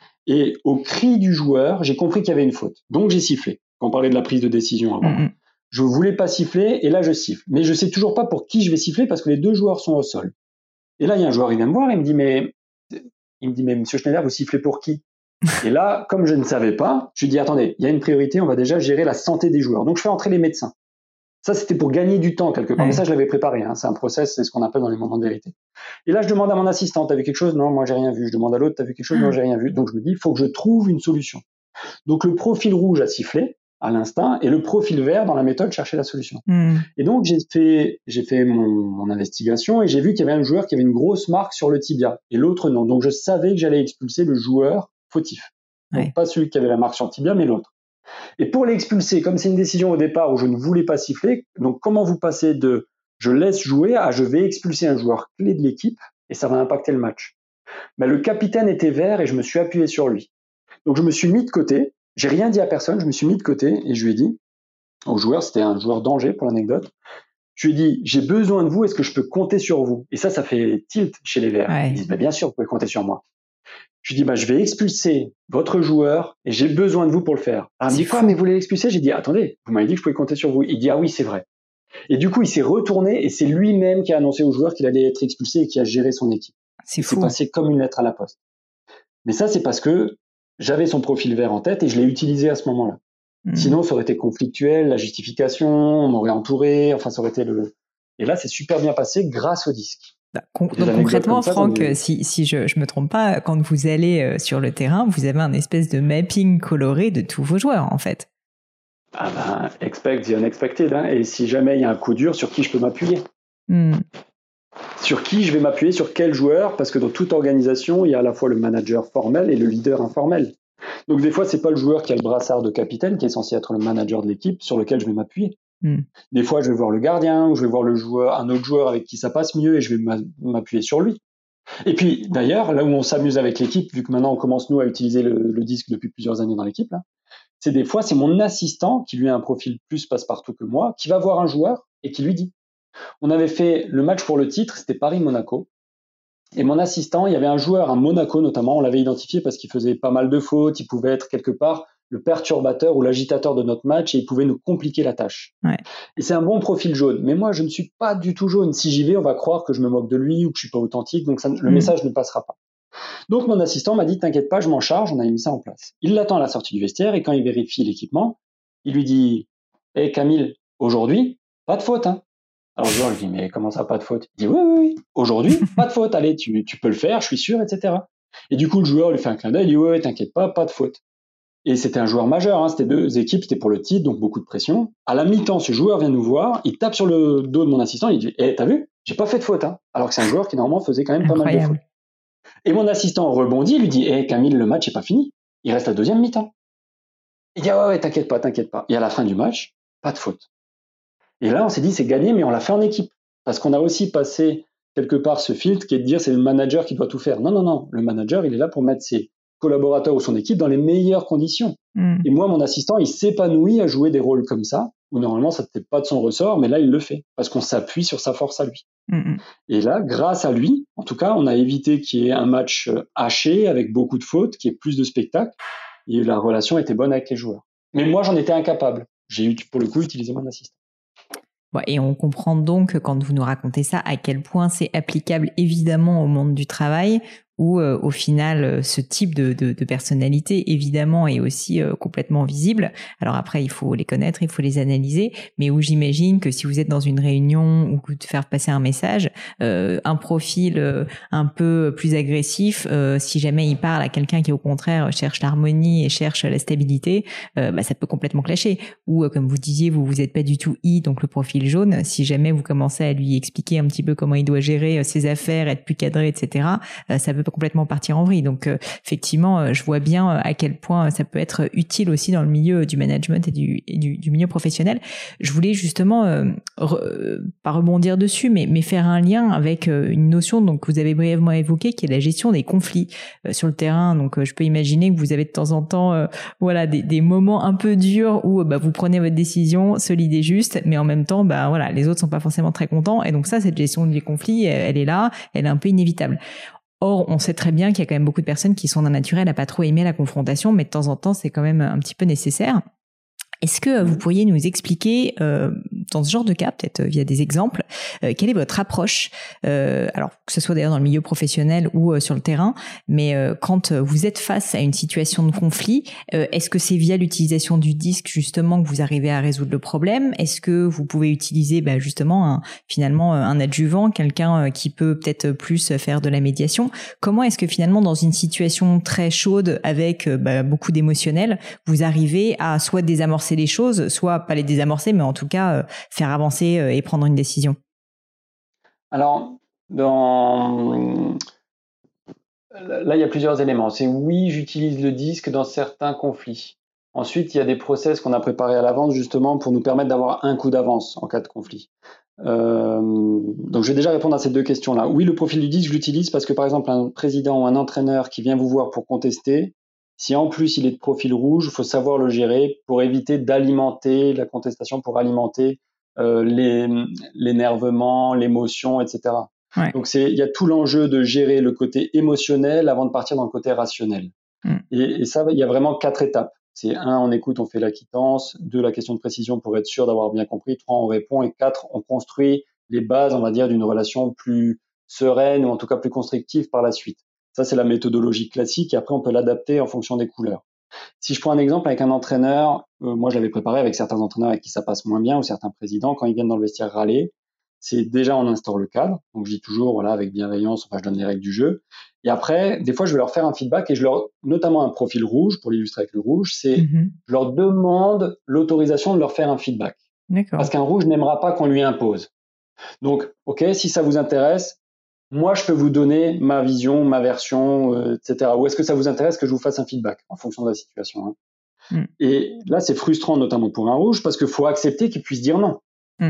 Et au cri du joueur, j'ai compris qu'il y avait une faute. Donc j'ai sifflé. Quand on parlait de la prise de décision avant. Je voulais pas siffler et là je siffle. Mais je sais toujours pas pour qui je vais siffler parce que les 2 joueurs sont au sol. Et là il y a un joueur, il vient me voir, il me dit mais Monsieur Schneider, vous sifflez pour qui? Et là, comme je ne savais pas, je lui dis attendez, il y a une priorité, on va déjà gérer la santé des joueurs. Donc je fais entrer les médecins. Ça, c'était pour gagner du temps quelque part. Ouais. Mais ça, je l'avais préparé. Hein. C'est un process, c'est ce qu'on appelle dans les moments de vérité. Et là, je demande à mon assistant, t'as vu quelque chose? Non, moi, j'ai rien vu. Je demande à l'autre, t'as vu quelque chose? Non, j'ai rien vu. Donc, je me dis, il faut que je trouve une solution. Donc, le profil rouge a sifflé à l'instinct et le profil vert, dans la méthode, cherchait la solution. Et donc, j'ai fait mon investigation et j'ai vu qu'il y avait un joueur qui avait une grosse marque sur le tibia et l'autre non. Donc, je savais que j'allais expulser le joueur fautif. Donc, pas celui qui avait la marque sur le tibia, mais l'autre. Et pour l'expulser, comme c'est une décision au départ où je ne voulais pas siffler, donc comment vous passez de je laisse jouer à je vais expulser un joueur clé de l'équipe et ça va impacter le match. Mais le capitaine était vert et je me suis appuyé sur lui. Donc je me suis mis de côté, j'ai rien dit à personne, je me suis mis de côté et je lui ai dit au joueur, c'était un joueur d'Angers pour l'anecdote, je lui ai dit j'ai besoin de vous, est-ce que je peux compter sur vous? Et ça fait tilt chez les verts. Ils disent bien sûr, vous pouvez compter sur moi. Je lui dis, je vais expulser votre joueur et j'ai besoin de vous pour le faire. Alors, il me dit, quoi, mais vous voulez l'expulser? J'ai dit, attendez, vous m'avez dit que je pouvais compter sur vous. Il dit, ah oui, c'est vrai. Et du coup, il s'est retourné et c'est lui-même qui a annoncé au joueur qu'il allait être expulsé et qui a géré son équipe. C'est passé comme une lettre à la poste. Mais ça, c'est parce que j'avais son profil vert en tête et je l'ai utilisé à ce moment-là. Sinon, ça aurait été conflictuel, la justification, on m'aurait entouré, enfin, ça aurait été Et là, c'est super bien passé grâce au disque. Donc concrètement, Franck, si je me trompe pas, quand vous allez sur le terrain, vous avez un espèce de mapping coloré de tous vos joueurs, en fait. Ah ben, expect the unexpected. Hein. Et si jamais il y a un coup dur, sur qui je peux m'appuyer? Sur qui je vais m'appuyer? Sur quel joueur? Parce que dans toute organisation, il y a à la fois le manager formel et le leader informel. Donc des fois, c'est pas le joueur qui a le brassard de capitaine, qui est censé être le manager de l'équipe, sur lequel je vais m'appuyer. Des fois, je vais voir le gardien, ou je vais voir un autre joueur avec qui ça passe mieux, et je vais m'appuyer sur lui. Et puis, d'ailleurs, là où on s'amuse avec l'équipe, vu que maintenant on commence nous à utiliser le disque depuis plusieurs années dans l'équipe, là, c'est des fois, c'est mon assistant qui lui a un profil plus passe-partout que moi, qui va voir un joueur et qui lui dit. On avait fait le match pour le titre, c'était Paris-Monaco. Et mon assistant, il y avait un joueur à Monaco notamment, on l'avait identifié parce qu'il faisait pas mal de fautes, il pouvait être quelque part le perturbateur ou l'agitateur de notre match et il pouvait nous compliquer la tâche. Ouais. Et c'est un bon profil jaune. Mais moi, je ne suis pas du tout jaune. Si j'y vais, on va croire que je me moque de lui ou que je suis pas authentique, donc le message ne passera pas. Donc mon assistant m'a dit, t'inquiète pas, je m'en charge, on a mis ça en place. Il l'attend à la sortie du vestiaire et quand il vérifie l'équipement, il lui dit, hé Camille, aujourd'hui, pas de faute, hein. Alors je lui dis, mais comment ça, pas de faute? Il dit, oui, aujourd'hui, pas de faute, allez, tu peux le faire, je suis sûr, etc. Et du coup, le joueur lui fait un clin d'œil, il dit ouais, t'inquiète pas de faute. Et c'était un joueur majeur, c'était 2 équipes, c'était pour le titre, donc beaucoup de pression. À la mi-temps, ce joueur vient nous voir, il tape sur le dos de mon assistant, il dit t'as vu, j'ai pas fait de faute, alors que c'est un joueur qui normalement faisait quand même pas mal de fautes. Et mon assistant rebondit, lui dit Camille, le match est pas fini, il reste la deuxième mi-temps. Il dit ouais, t'inquiète pas. Et à la fin du match, pas de faute. Et là, on s'est dit c'est gagné, mais on l'a fait en équipe, parce qu'on a aussi passé quelque part ce filtre qui est de dire c'est le manager qui doit tout faire. Non, le manager, il est là pour mettre ses collaborateurs ou son équipe dans les meilleures conditions. Et moi, mon assistant, il s'épanouit à jouer des rôles comme ça, où normalement, ça n'était pas de son ressort, mais là, il le fait, parce qu'on s'appuie sur sa force à lui. Et là, grâce à lui, en tout cas, on a évité qu'il y ait un match haché, avec beaucoup de fautes, qu'il y ait plus de spectacles, et la relation était bonne avec les joueurs. Mais moi, j'en étais incapable. J'ai, pour le coup, utilisé mon assistant. Et on comprend donc, quand vous nous racontez ça, à quel point c'est applicable évidemment au monde du travail, où au final, ce type de personnalité, évidemment, est aussi complètement visible. Alors après, il faut les connaître, il faut les analyser, mais où j'imagine que si vous êtes dans une réunion ou que de faire passer un message, un profil un peu plus agressif, si jamais il parle à quelqu'un qui au contraire cherche l'harmonie et cherche la stabilité, ça peut complètement clasher. Ou comme vous disiez, vous êtes pas du tout donc le profil jaune, si jamais vous commencez à lui expliquer un petit peu comment il doit gérer ses affaires, être plus cadré, etc., ça peut complètement partir en vrille. Donc effectivement, je vois bien à quel point ça peut être utile aussi dans le milieu du management et du milieu professionnel. Je voulais justement pas rebondir dessus, mais faire un lien avec une notion donc que vous avez brièvement évoquée, qui est la gestion des conflits sur le terrain. Donc je peux imaginer que vous avez de temps en temps des moments un peu durs où vous prenez votre décision solide et juste, mais en même temps les autres sont pas forcément très contents, et donc cette gestion des conflits, elle est là, elle est un peu inévitable. Or, on sait très bien qu'il y a quand même beaucoup de personnes qui sont d'un naturel à pas trop aimer la confrontation, mais de temps en temps, c'est quand même un petit peu nécessaire. Est-ce que vous pourriez nous expliquer, dans ce genre de cas, peut-être via des exemples, quelle est votre approche, alors que ce soit d'ailleurs dans le milieu professionnel ou sur le terrain, mais quand vous êtes face à une situation de conflit, est-ce que c'est via l'utilisation du disque justement que vous arrivez à résoudre le problème? Est-ce que vous pouvez utiliser justement un adjuvant, quelqu'un qui peut peut-être plus faire de la médiation? Comment est-ce que finalement dans une situation très chaude avec beaucoup d'émotionnel, vous arrivez à soit désamorcer les choses, soit pas les désamorcer, mais en tout cas faire avancer et prendre une décision? Alors, là, il y a plusieurs éléments. C'est oui, j'utilise le disque dans certains conflits. Ensuite, il y a des process qu'on a préparés à l'avance justement pour nous permettre d'avoir un coup d'avance en cas de conflit. Donc, je vais déjà répondre à ces deux questions-là. Oui, le profil du disque, je l'utilise parce que, par exemple, un président ou un entraîneur qui vient vous voir pour contester, si en plus il est de profil rouge, il faut savoir le gérer pour éviter d'alimenter la contestation, pour alimenter l'énervement, l'émotion, etc. Ouais. Donc il y a tout l'enjeu de gérer le côté émotionnel avant de partir dans le côté rationnel. Et ça, il y a vraiment 4 étapes. C'est 1, on écoute, on fait la quittance. 2, la question de précision pour être sûr d'avoir bien compris. 3, on répond. Et 4, on construit les bases, on va dire, d'une relation plus sereine ou en tout cas plus constructive par la suite. Ça, c'est la méthodologie classique, et après, on peut l'adapter en fonction des couleurs. Si je prends un exemple avec un entraîneur, moi, je l'avais préparé avec certains entraîneurs avec qui ça passe moins bien, ou certains présidents, quand ils viennent dans le vestiaire râler, c'est déjà, on instaure le cadre. Donc, je dis toujours, avec bienveillance, je donne les règles du jeu. Et après, des fois, je vais leur faire un feedback, et notamment un profil rouge, pour l'illustrer avec le rouge, je leur demande l'autorisation de leur faire un feedback. D'accord. Parce qu'un rouge n'aimera pas qu'on lui impose. Donc, ok, si ça vous intéresse, moi, je peux vous donner ma vision, ma version, etc. Ou est-ce que ça vous intéresse que je vous fasse un feedback en fonction de la situation, Et là, c'est frustrant, notamment pour un rouge, parce qu'il faut accepter qu'il puisse dire non.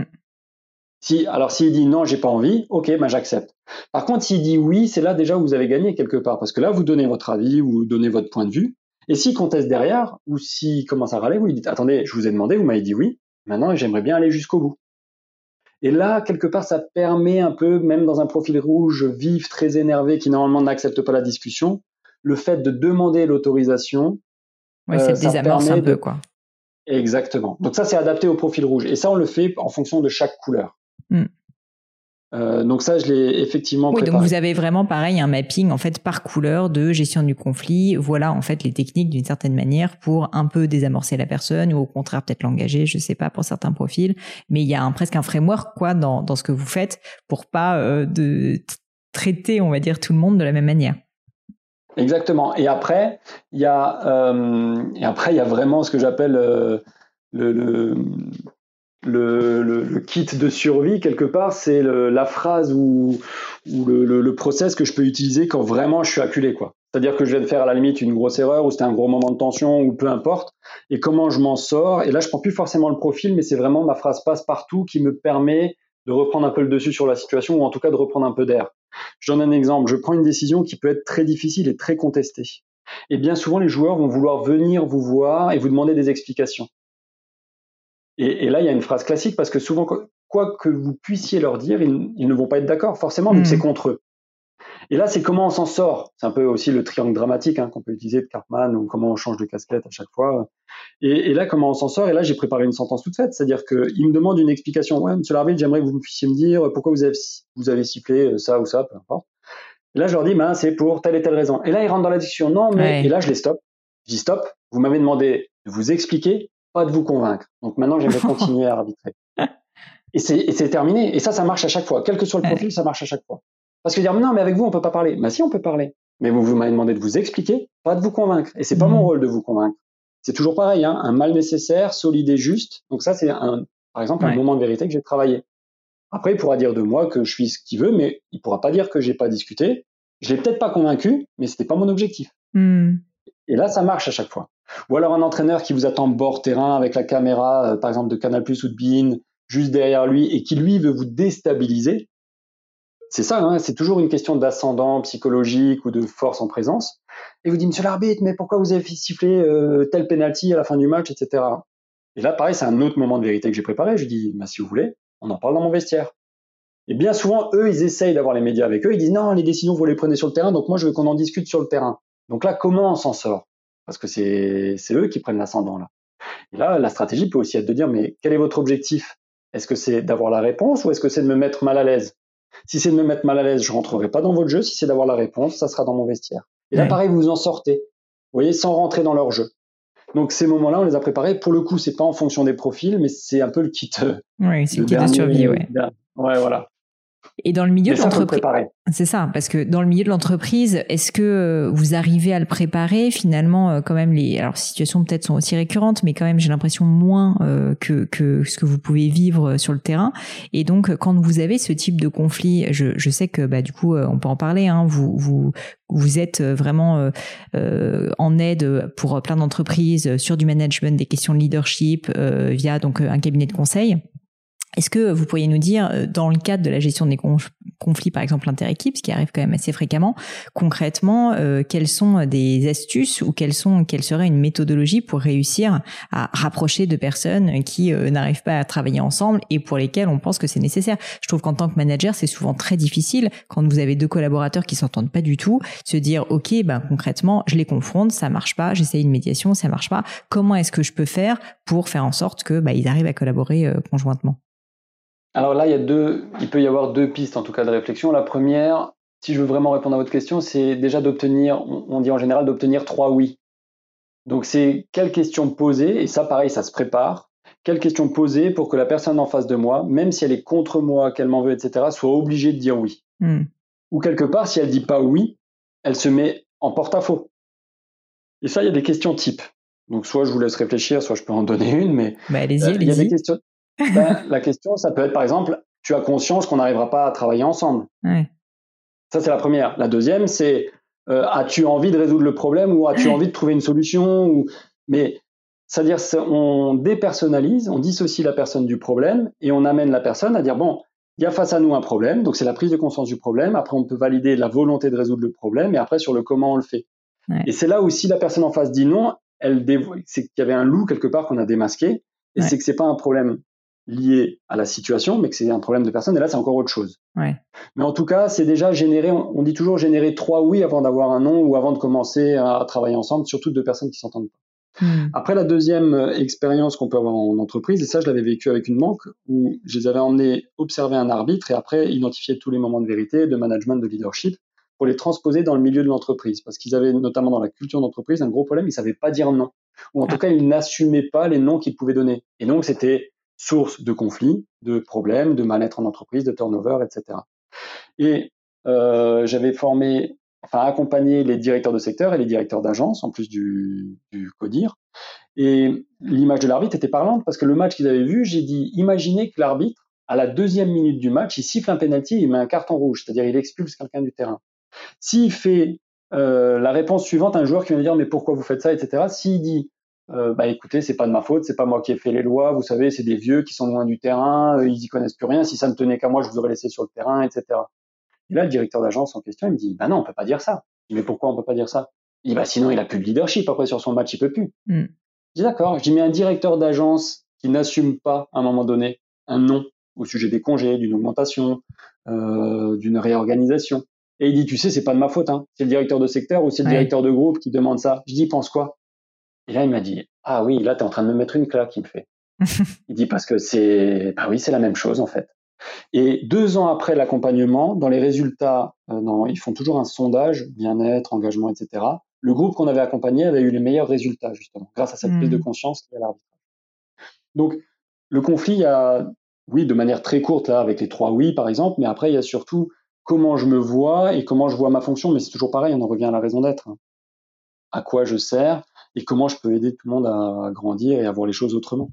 S'il dit non, j'ai pas envie, ok, j'accepte. Par contre, s'il dit oui, c'est là déjà où vous avez gagné quelque part, parce que là, vous donnez votre avis, vous donnez votre point de vue. Et s'il conteste derrière, ou s'il commence à râler, vous lui dites, attendez, je vous ai demandé, vous m'avez dit oui, maintenant, j'aimerais bien aller jusqu'au bout. Et là, quelque part, ça permet un peu, même dans un profil rouge vif, très énervé, qui normalement n'accepte pas la discussion, le fait de demander l'autorisation. Ça désamorce un peu, quoi. Exactement. Donc ça, c'est adapté au profil rouge. Et ça, on le fait en fonction de chaque couleur. Donc ça, je l'ai effectivement préparé. Donc vous avez vraiment pareil un mapping en fait par couleur de gestion du conflit. Voilà en fait les techniques d'une certaine manière pour un peu désamorcer la personne ou au contraire peut-être l'engager, je sais pas, pour certains profils. Mais il y a presque un framework dans ce que vous faites pour pas de traiter, on va dire, tout le monde de la même manière. Exactement. Et après, il y a vraiment ce que j'appelle le, le, le kit de survie quelque part. C'est la phrase ou le process que je peux utiliser quand vraiment je suis acculé, quoi. C'est-à-dire que je viens de faire à la limite une grosse erreur ou c'était un gros moment de tension ou peu importe. Et comment je m'en sors. Et là, je prends plus forcément le profil, mais c'est vraiment ma phrase passe-partout qui me permet de reprendre un peu le dessus sur la situation ou en tout cas de reprendre un peu d'air. Je donne un exemple. Je prends une décision qui peut être très difficile et très contestée. Et bien souvent, les joueurs vont vouloir venir vous voir et vous demander des explications. Et là, il y a une phrase classique parce que souvent, quoi que vous puissiez leur dire, ils ne vont pas être d'accord, forcément, vu que c'est contre eux. Et là, c'est comment on s'en sort. C'est un peu aussi le triangle dramatique qu'on peut utiliser de Cartman ou comment on change de casquette à chaque fois. Et là, comment on s'en sort. Et là, j'ai préparé une sentence toute faite. C'est-à-dire qu'il me demande une explication. Ouais, monsieur l'arbitre, j'aimerais que vous me puissiez me dire pourquoi vous avez sifflé ça ou ça, peu importe. Et là, je leur dis, c'est pour telle et telle raison. Et là, ils rentrent dans la discussion. Non, mais. Ouais. Et là, je les stoppe. Je dis stop. Vous m'avez demandé de vous expliquer, pas de vous convaincre. Donc maintenant, j'aimerais continuer à arbitrer. Et c'est terminé. Et ça marche à chaque fois. Quel que soit le profil, ça marche à chaque fois. Parce que dire, non, mais avec vous, on peut pas parler. Si, on peut parler. Mais vous m'avez demandé de vous expliquer, pas de vous convaincre. Et c'est pas mon rôle de vous convaincre. C'est toujours pareil, un mal nécessaire, solide et juste. Donc ça, c'est par exemple, un moment de vérité que j'ai travaillé. Après, il pourra dire de moi que je suis ce qu'il veut, mais il pourra pas dire que j'ai pas discuté. Je l'ai peut-être pas convaincu, mais c'était pas mon objectif. Et là, ça marche à chaque fois. Ou alors un entraîneur qui vous attend bord terrain avec la caméra, par exemple de Canal+ ou de beIN, juste derrière lui, et qui lui veut vous déstabiliser. C'est ça, c'est toujours une question d'ascendant psychologique ou de force en présence. Et vous dit, monsieur l'arbitre, mais pourquoi vous avez fait siffler tel penalty à la fin du match, etc. Et là, pareil, c'est un autre moment de vérité que j'ai préparé. Je dis, si vous voulez, on en parle dans mon vestiaire. Et bien souvent, eux, ils essayent d'avoir les médias avec eux. Ils disent, non, les décisions, vous les prenez sur le terrain, donc moi, je veux qu'on en discute sur le terrain. Donc là, comment on s'en sort? Parce que c'est eux qui prennent l'ascendant, là. Et là, la stratégie peut aussi être de dire, mais quel est votre objectif? Est-ce que c'est d'avoir la réponse ou est-ce que c'est de me mettre mal à l'aise? Si c'est de me mettre mal à l'aise, je rentrerai pas dans votre jeu. Si c'est d'avoir la réponse, ça sera dans mon vestiaire. Et là, pareil, vous en sortez. Vous voyez, sans rentrer dans leur jeu. Donc ces moments-là, on les a préparés. Pour le coup, c'est pas en fonction des profils, mais c'est un peu le kit. Oui, c'est le kit de survie, ouais. Ouais, voilà. Et dans le milieu de l'entreprise, c'est ça, parce que dans le milieu de l'entreprise, est-ce que vous arrivez à le préparer finalement quand même alors situations peut-être sont aussi récurrentes, mais quand même j'ai l'impression moins que ce que vous pouvez vivre sur le terrain. Et donc quand vous avez ce type de conflit, je sais que du coup on peut en parler. Vous êtes vraiment en aide pour plein d'entreprises sur du management, des questions de leadership via donc un cabinet de conseil. Est-ce que vous pourriez nous dire, dans le cadre de la gestion des conflits, par exemple interéquipes, ce qui arrive quand même assez fréquemment, concrètement, quelles sont des astuces ou quelle serait une méthodologie pour réussir à rapprocher deux personnes qui n'arrivent pas à travailler ensemble et pour lesquelles on pense que c'est nécessaire? Je trouve qu'en tant que manager, c'est souvent très difficile quand vous avez deux collaborateurs qui s'entendent pas du tout, se dire ok, concrètement, je les confronte, ça marche pas, j'essaye une médiation, ça marche pas. Comment est-ce que je peux faire pour faire en sorte que ils arrivent à collaborer conjointement? Alors là, il peut y avoir deux pistes en tout cas de réflexion. La première, si je veux vraiment répondre à votre question, c'est déjà d'obtenir, on dit en général d'obtenir 3 oui. Donc c'est quelles questions poser, et ça pareil, ça se prépare, quelles questions poser pour que la personne en face de moi, même si elle est contre moi, qu'elle m'en veut, etc., soit obligée de dire oui. Ou quelque part, si elle dit pas oui, elle se met en porte-à-faux. Et ça, il y a des questions types. Donc soit je vous laisse réfléchir, soit je peux en donner une, mais allez-y. Il y a des questions. La question, ça peut être par exemple, tu as conscience qu'on n'arrivera pas à travailler ensemble. Ouais. Ça, c'est la première. La deuxième, c'est as-tu envie de résoudre le problème ou as-tu envie de trouver une solution Mais c'est-à-dire, on dépersonnalise, on dissocie la personne du problème et on amène la personne à dire bon, il y a face à nous un problème, donc c'est la prise de conscience du problème. Après, on peut valider la volonté de résoudre le problème et après sur le comment on le fait. Ouais. Et c'est là où si la personne en face dit non, c'est qu'il y avait un loup quelque part qu'on a démasqué et c'est que c'est pas un problème lié à la situation, mais que c'est un problème de personne, et là, c'est encore autre chose. Ouais. Mais en tout cas, c'est déjà générer, on dit toujours générer 3 oui avant d'avoir un non ou avant de commencer à travailler ensemble, surtout deux personnes qui s'entendent pas. Après, la deuxième expérience qu'on peut avoir en entreprise, et ça, je l'avais vécu avec une banque, où je les avais emmenés observer un arbitre et après identifier tous les moments de vérité, de management, de leadership, pour les transposer dans le milieu de l'entreprise. Parce qu'ils avaient, notamment dans la culture d'entreprise, un gros problème, ils ne savaient pas dire non. Ou en tout cas, ils n'assumaient pas les noms qu'ils pouvaient donner. Et donc, c'était source de conflits, de problèmes, de mal-être en entreprise, de turnover, etc. Et j'avais formé accompagner les directeurs de secteur et les directeurs d'agence, en plus du CODIR. Et l'image de l'arbitre était parlante parce que le match qu'ils avaient vu, j'ai dit, imaginez que l'arbitre, à la 2e minute du match, il siffle un penalty, il met un carton rouge, c'est-à-dire il expulse quelqu'un du terrain. S'il fait la réponse suivante, un joueur qui vient dire mais pourquoi vous faites ça, etc. S'il dit écoutez, c'est pas de ma faute, c'est pas moi qui ai fait les lois, vous savez, c'est des vieux qui sont loin du terrain, ils y connaissent plus rien, si ça ne tenait qu'à moi, je vous aurais laissé sur le terrain, etc. Et là, le directeur d'agence en question, il me dit non, on peut pas dire ça. Je dis mais pourquoi on peut pas dire ça? Il dit sinon il a plus de leadership après sur son match, il peut plus. Je dis d'accord. Je dis mais un directeur d'agence qui n'assume pas à un moment donné un non au sujet des congés, d'une augmentation, d'une réorganisation. Et il dit tu sais c'est pas de ma faute, hein. C'est le directeur de secteur ou c'est le directeur de groupe qui demande ça. Je dis pense quoi? Et là il m'a dit ah oui là t'es en train de me mettre une claque, il me fait. Il dit parce que c'est oui c'est la même chose en fait. Et 2 ans après l'accompagnement, dans les résultats, ils font toujours un sondage, bien-être, engagement, etc. Le groupe qu'on avait accompagné avait eu les meilleurs résultats, justement, grâce à cette prise de conscience liée à l'arbitrage. Donc, le conflit, il y a, oui, de manière très courte, là, avec les 3 oui, par exemple, mais après, il y a surtout comment je me vois et comment je vois ma fonction, mais c'est toujours pareil, on en revient à la raison d'être. À quoi je sers et comment je peux aider tout le monde à grandir et à voir les choses autrement.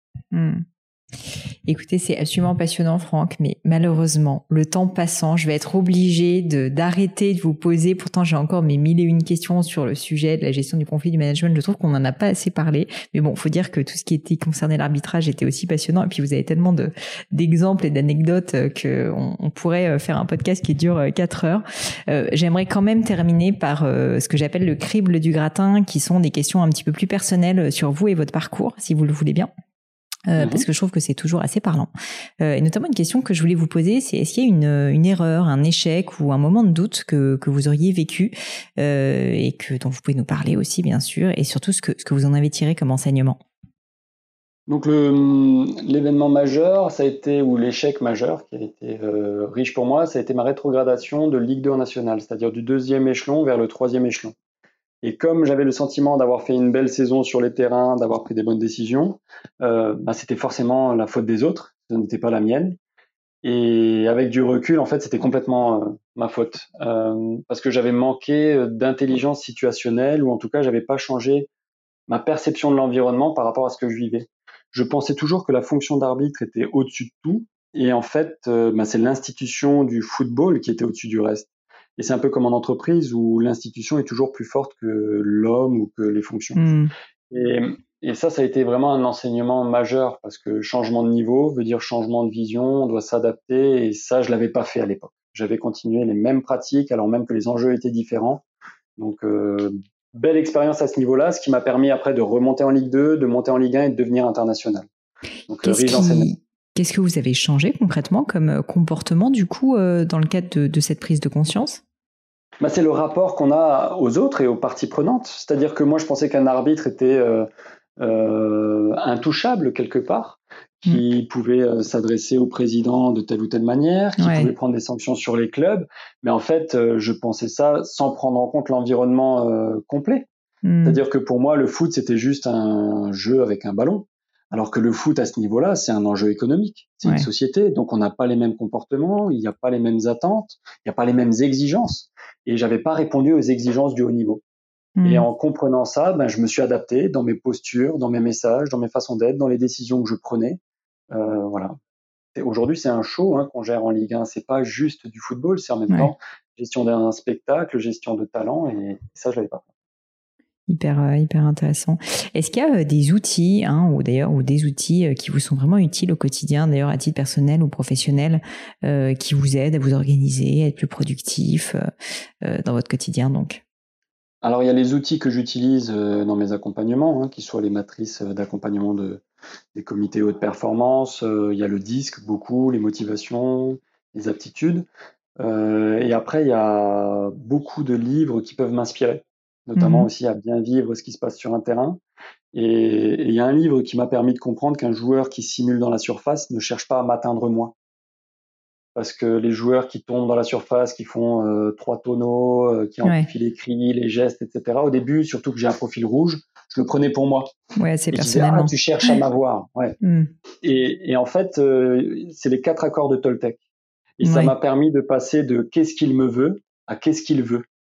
Écoutez, c'est absolument passionnant, Franck, mais malheureusement, le temps passant, je vais être obligée d'arrêter de vous poser. Pourtant, j'ai encore mes 1001 questions sur le sujet de la gestion du conflit, du management. Je trouve qu'on n'en a pas assez parlé. Mais bon, faut dire que tout ce qui était concerné l'arbitrage était aussi passionnant. Et puis, vous avez tellement d'exemples et d'anecdotes qu'on pourrait faire un podcast qui dure 4 heures. J'aimerais quand même terminer par ce que j'appelle le crible du gratin, qui sont des questions un petit peu plus personnelles sur vous et votre parcours, si vous le voulez bien. Parce que je trouve que c'est toujours assez parlant. Et notamment une question que je voulais vous poser, c'est est-ce qu'il y a une erreur, un échec ou un moment de doute que vous auriez vécu et dont vous pouvez nous parler aussi bien sûr, et surtout ce que vous en avez tiré comme enseignement. Donc l'événement majeur, ça a été, ou l'échec majeur qui a été riche pour moi, ça a été ma rétrogradation de Ligue 2 en nationale, c'est-à-dire du 2e échelon vers le 3e échelon. Et comme j'avais le sentiment d'avoir fait une belle saison sur les terrains, d'avoir pris des bonnes décisions, c'était forcément la faute des autres, ce n'était pas la mienne. Et avec du recul, en fait, c'était complètement ma faute, parce que j'avais manqué d'intelligence situationnelle, ou en tout cas, j'avais pas changé ma perception de l'environnement par rapport à ce que je vivais. Je pensais toujours que la fonction d'arbitre était au-dessus de tout, et en fait, c'est l'institution du football qui était au-dessus du reste. Et c'est un peu comme en entreprise où l'institution est toujours plus forte que l'homme ou que les fonctions. Et ça a été vraiment un enseignement majeur parce que changement de niveau veut dire changement de vision, on doit s'adapter et ça, je l'avais pas fait à l'époque. J'avais continué les mêmes pratiques alors même que les enjeux étaient différents. Donc, belle expérience à ce niveau-là, ce qui m'a permis après de remonter en Ligue 2, de monter en Ligue 1 et de devenir international. Donc, Qu'est-ce que vous avez changé concrètement comme comportement du coup dans le cadre de cette prise de conscience ? C'est le rapport qu'on a aux autres et aux parties prenantes. C'est-à-dire que moi, je pensais qu'un arbitre était intouchable quelque part, qui pouvait s'adresser au président de telle ou telle manière, qui pouvait prendre des sanctions sur les clubs. Mais en fait, je pensais ça sans prendre en compte l'environnement complet. C'est-à-dire que pour moi, le foot, c'était juste un jeu avec un ballon. Alors que le foot, à ce niveau-là, c'est un enjeu économique. C'est une société, donc on n'a pas les mêmes comportements, il n'y a pas les mêmes attentes, il n'y a pas les mêmes exigences. Et j'avais pas répondu aux exigences du haut niveau. Et en comprenant ça, je me suis adapté dans mes postures, dans mes messages, dans mes façons d'être, dans les décisions que je prenais. Voilà. Et aujourd'hui, c'est un show qu'on gère en Ligue 1. C'est pas juste du football, c'est en même temps gestion d'un spectacle, gestion de talent, et ça, je l'avais pas fait. Hyper intéressant. Est-ce qu'il y a des outils, ou des outils qui vous sont vraiment utiles au quotidien, d'ailleurs à titre personnel ou professionnel, qui vous aident à vous organiser, à être plus productif dans votre quotidien donc? Alors il y a les outils que j'utilise dans mes accompagnements, qui soient les matrices d'accompagnement des comités haute performance. Il y a le DISC beaucoup, les motivations, les aptitudes. Et après il y a beaucoup de livres qui peuvent m'inspirer, notamment aussi à bien vivre ce qui se passe sur un terrain. Et il y a un livre qui m'a permis de comprendre qu'un joueur qui simule dans la surface ne cherche pas à m'atteindre moi. Parce que les joueurs qui tombent dans la surface, qui font 3 tonneaux, qui amplifient les cris, les gestes, etc. Au début, surtout que j'ai un profil rouge, je le prenais pour moi. C'est personnellement. Tu cherches à m'avoir. Et en fait, c'est les 4 accords de Toltec. Et ça m'a permis de passer de qu'est-ce qu'il me veut à qu'est-ce qu'il veut.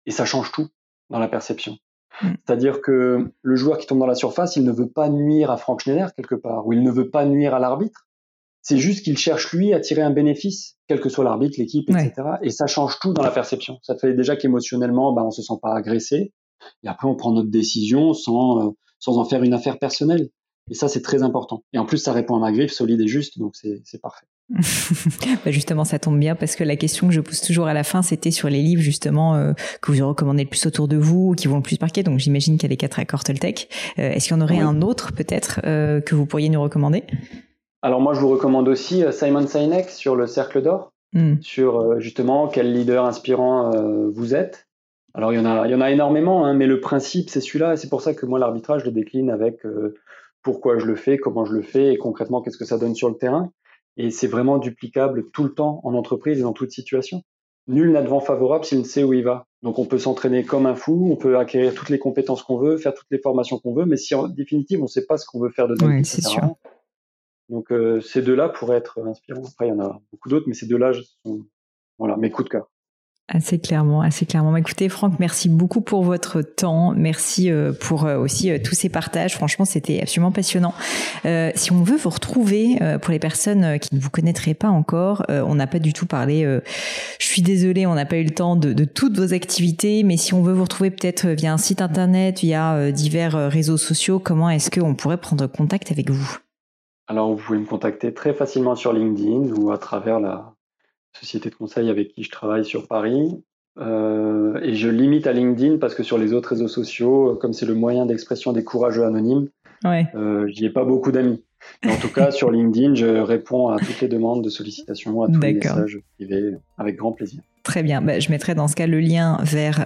Et ça change tout dans la perception. C'est-à-dire que le joueur qui tombe dans la surface, il ne veut pas nuire à Frank Schneider quelque part, ou il ne veut pas nuire à l'arbitre. C'est juste qu'il cherche, lui, à tirer un bénéfice, quel que soit l'arbitre, l'équipe, etc. Et ça change tout dans la perception. Ça te fait déjà qu'émotionnellement, on se sent pas agressé. Et après, on prend notre décision sans en faire une affaire personnelle. Et ça, c'est très important. Et en plus, ça répond à ma griffe, solide et juste, donc c'est parfait. Justement, ça tombe bien parce que la question que je pose toujours à la fin, c'était sur les livres justement que vous recommandez le plus autour de vous ou qui vont le plus marquer. Donc j'imagine qu'il y a les 4 accords Toltec. Est-ce qu'il y en aurait un autre peut-être que vous pourriez nous recommander? Alors moi, je vous recommande aussi Simon Sinek sur le cercle d'or, sur justement quel leader inspirant vous êtes. Alors il y en a énormément, mais le principe c'est celui-là. Et c'est pour ça que moi l'arbitrage je le décline avec pourquoi je le fais, comment je le fais et concrètement qu'est-ce que ça donne sur le terrain. Et c'est vraiment duplicable tout le temps en entreprise et dans toute situation. Nul n'a de vent favorable s'il ne sait où il va. Donc on peut s'entraîner comme un fou, on peut acquérir toutes les compétences qu'on veut, faire toutes les formations qu'on veut, mais si en définitive on ne sait pas ce qu'on veut faire de notre vie, c'est sûr. Donc ces deux-là pourraient être inspirants. Après il y en a beaucoup d'autres, mais ces deux-là sont mes coups de cœur. Assez clairement. Écoutez, Franck, merci beaucoup pour votre temps. Merci pour aussi tous ces partages. Franchement, c'était absolument passionnant. Si on veut vous retrouver, pour les personnes qui ne vous connaîtraient pas encore, on n'a pas du tout parlé, je suis désolée, on n'a pas eu le temps de toutes vos activités, mais si on veut vous retrouver peut-être via un site internet, via divers réseaux sociaux, comment est-ce qu'on pourrait prendre contact avec vous? Alors, vous pouvez me contacter très facilement sur LinkedIn ou à travers la société de conseil avec qui je travaille sur Paris. Et je limite à LinkedIn parce que sur les autres réseaux sociaux, comme c'est le moyen d'expression des courageux anonymes, j'y ai pas beaucoup d'amis. Mais en tout cas, sur LinkedIn, je réponds à toutes les demandes de sollicitation, à tous les messages privés, avec grand plaisir. Très bien. Je mettrai dans ce cas le lien vers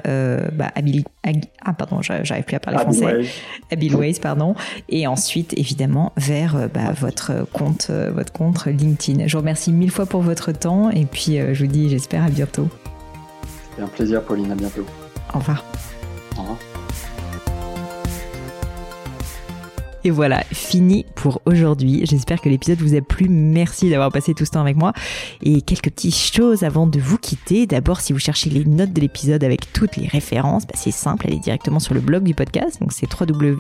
j'arrive plus à parler français. Abilways, pardon. Et ensuite, évidemment, vers votre compte LinkedIn. Je vous remercie 1000 fois pour votre temps et puis je vous dis, j'espère, à bientôt. C'était un plaisir, Pauline. À bientôt. Au revoir. Au revoir. Et voilà, fini pour aujourd'hui. J'espère que l'épisode vous a plu. Merci d'avoir passé tout ce temps avec moi. Et quelques petites choses avant de vous quitter. D'abord, si vous cherchez les notes de l'épisode avec toutes les références, c'est simple, allez directement sur le blog du podcast. Donc c'est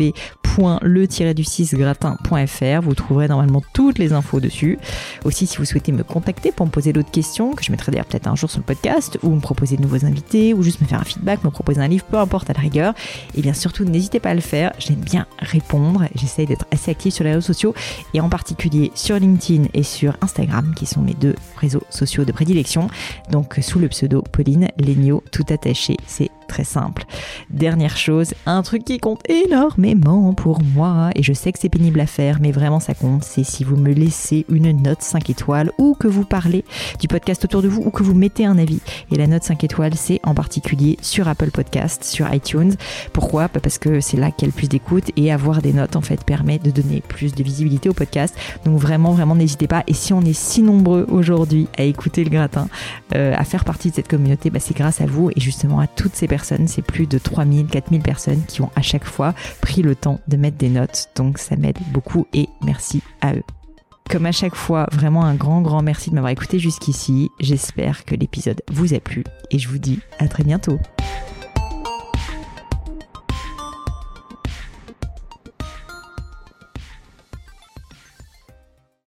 www.le-du6gratin.fr. Vous trouverez normalement toutes les infos dessus. Aussi, si vous souhaitez me contacter pour me poser d'autres questions, que je mettrai d'ailleurs peut-être un jour sur le podcast, ou me proposer de nouveaux invités, ou juste me faire un feedback, me proposer un livre, peu importe à la rigueur, et bien surtout, n'hésitez pas à le faire. J'aime bien répondre. J'essaie d'être assez active sur les réseaux sociaux et en particulier sur LinkedIn et sur Instagram qui sont mes 2 réseaux sociaux de prédilection. Donc sous le pseudo Pauline Léniaud, tout attaché, c'est très simple. Dernière chose, un truc qui compte énormément pour moi et je sais que c'est pénible à faire mais vraiment ça compte, c'est si vous me laissez une note 5 étoiles ou que vous parlez du podcast autour de vous ou que vous mettez un avis. Et la note 5 étoiles, c'est en particulier sur Apple Podcast, sur iTunes. Pourquoi ? Parce que c'est là qu'il y a le plus d'écoute et avoir des notes en fait permet de donner plus de visibilité au podcast. Donc vraiment n'hésitez pas. Et si on est si nombreux aujourd'hui à écouter le gratin, à faire partie de cette communauté, c'est grâce à vous et justement à toutes ces personnes. C'est plus de 3000, 4000 personnes qui ont à chaque fois pris le temps de mettre des notes. Donc ça m'aide beaucoup et merci à eux. Comme à chaque fois, vraiment un grand merci de m'avoir écouté jusqu'ici. J'espère que l'épisode vous a plu et je vous dis à très bientôt.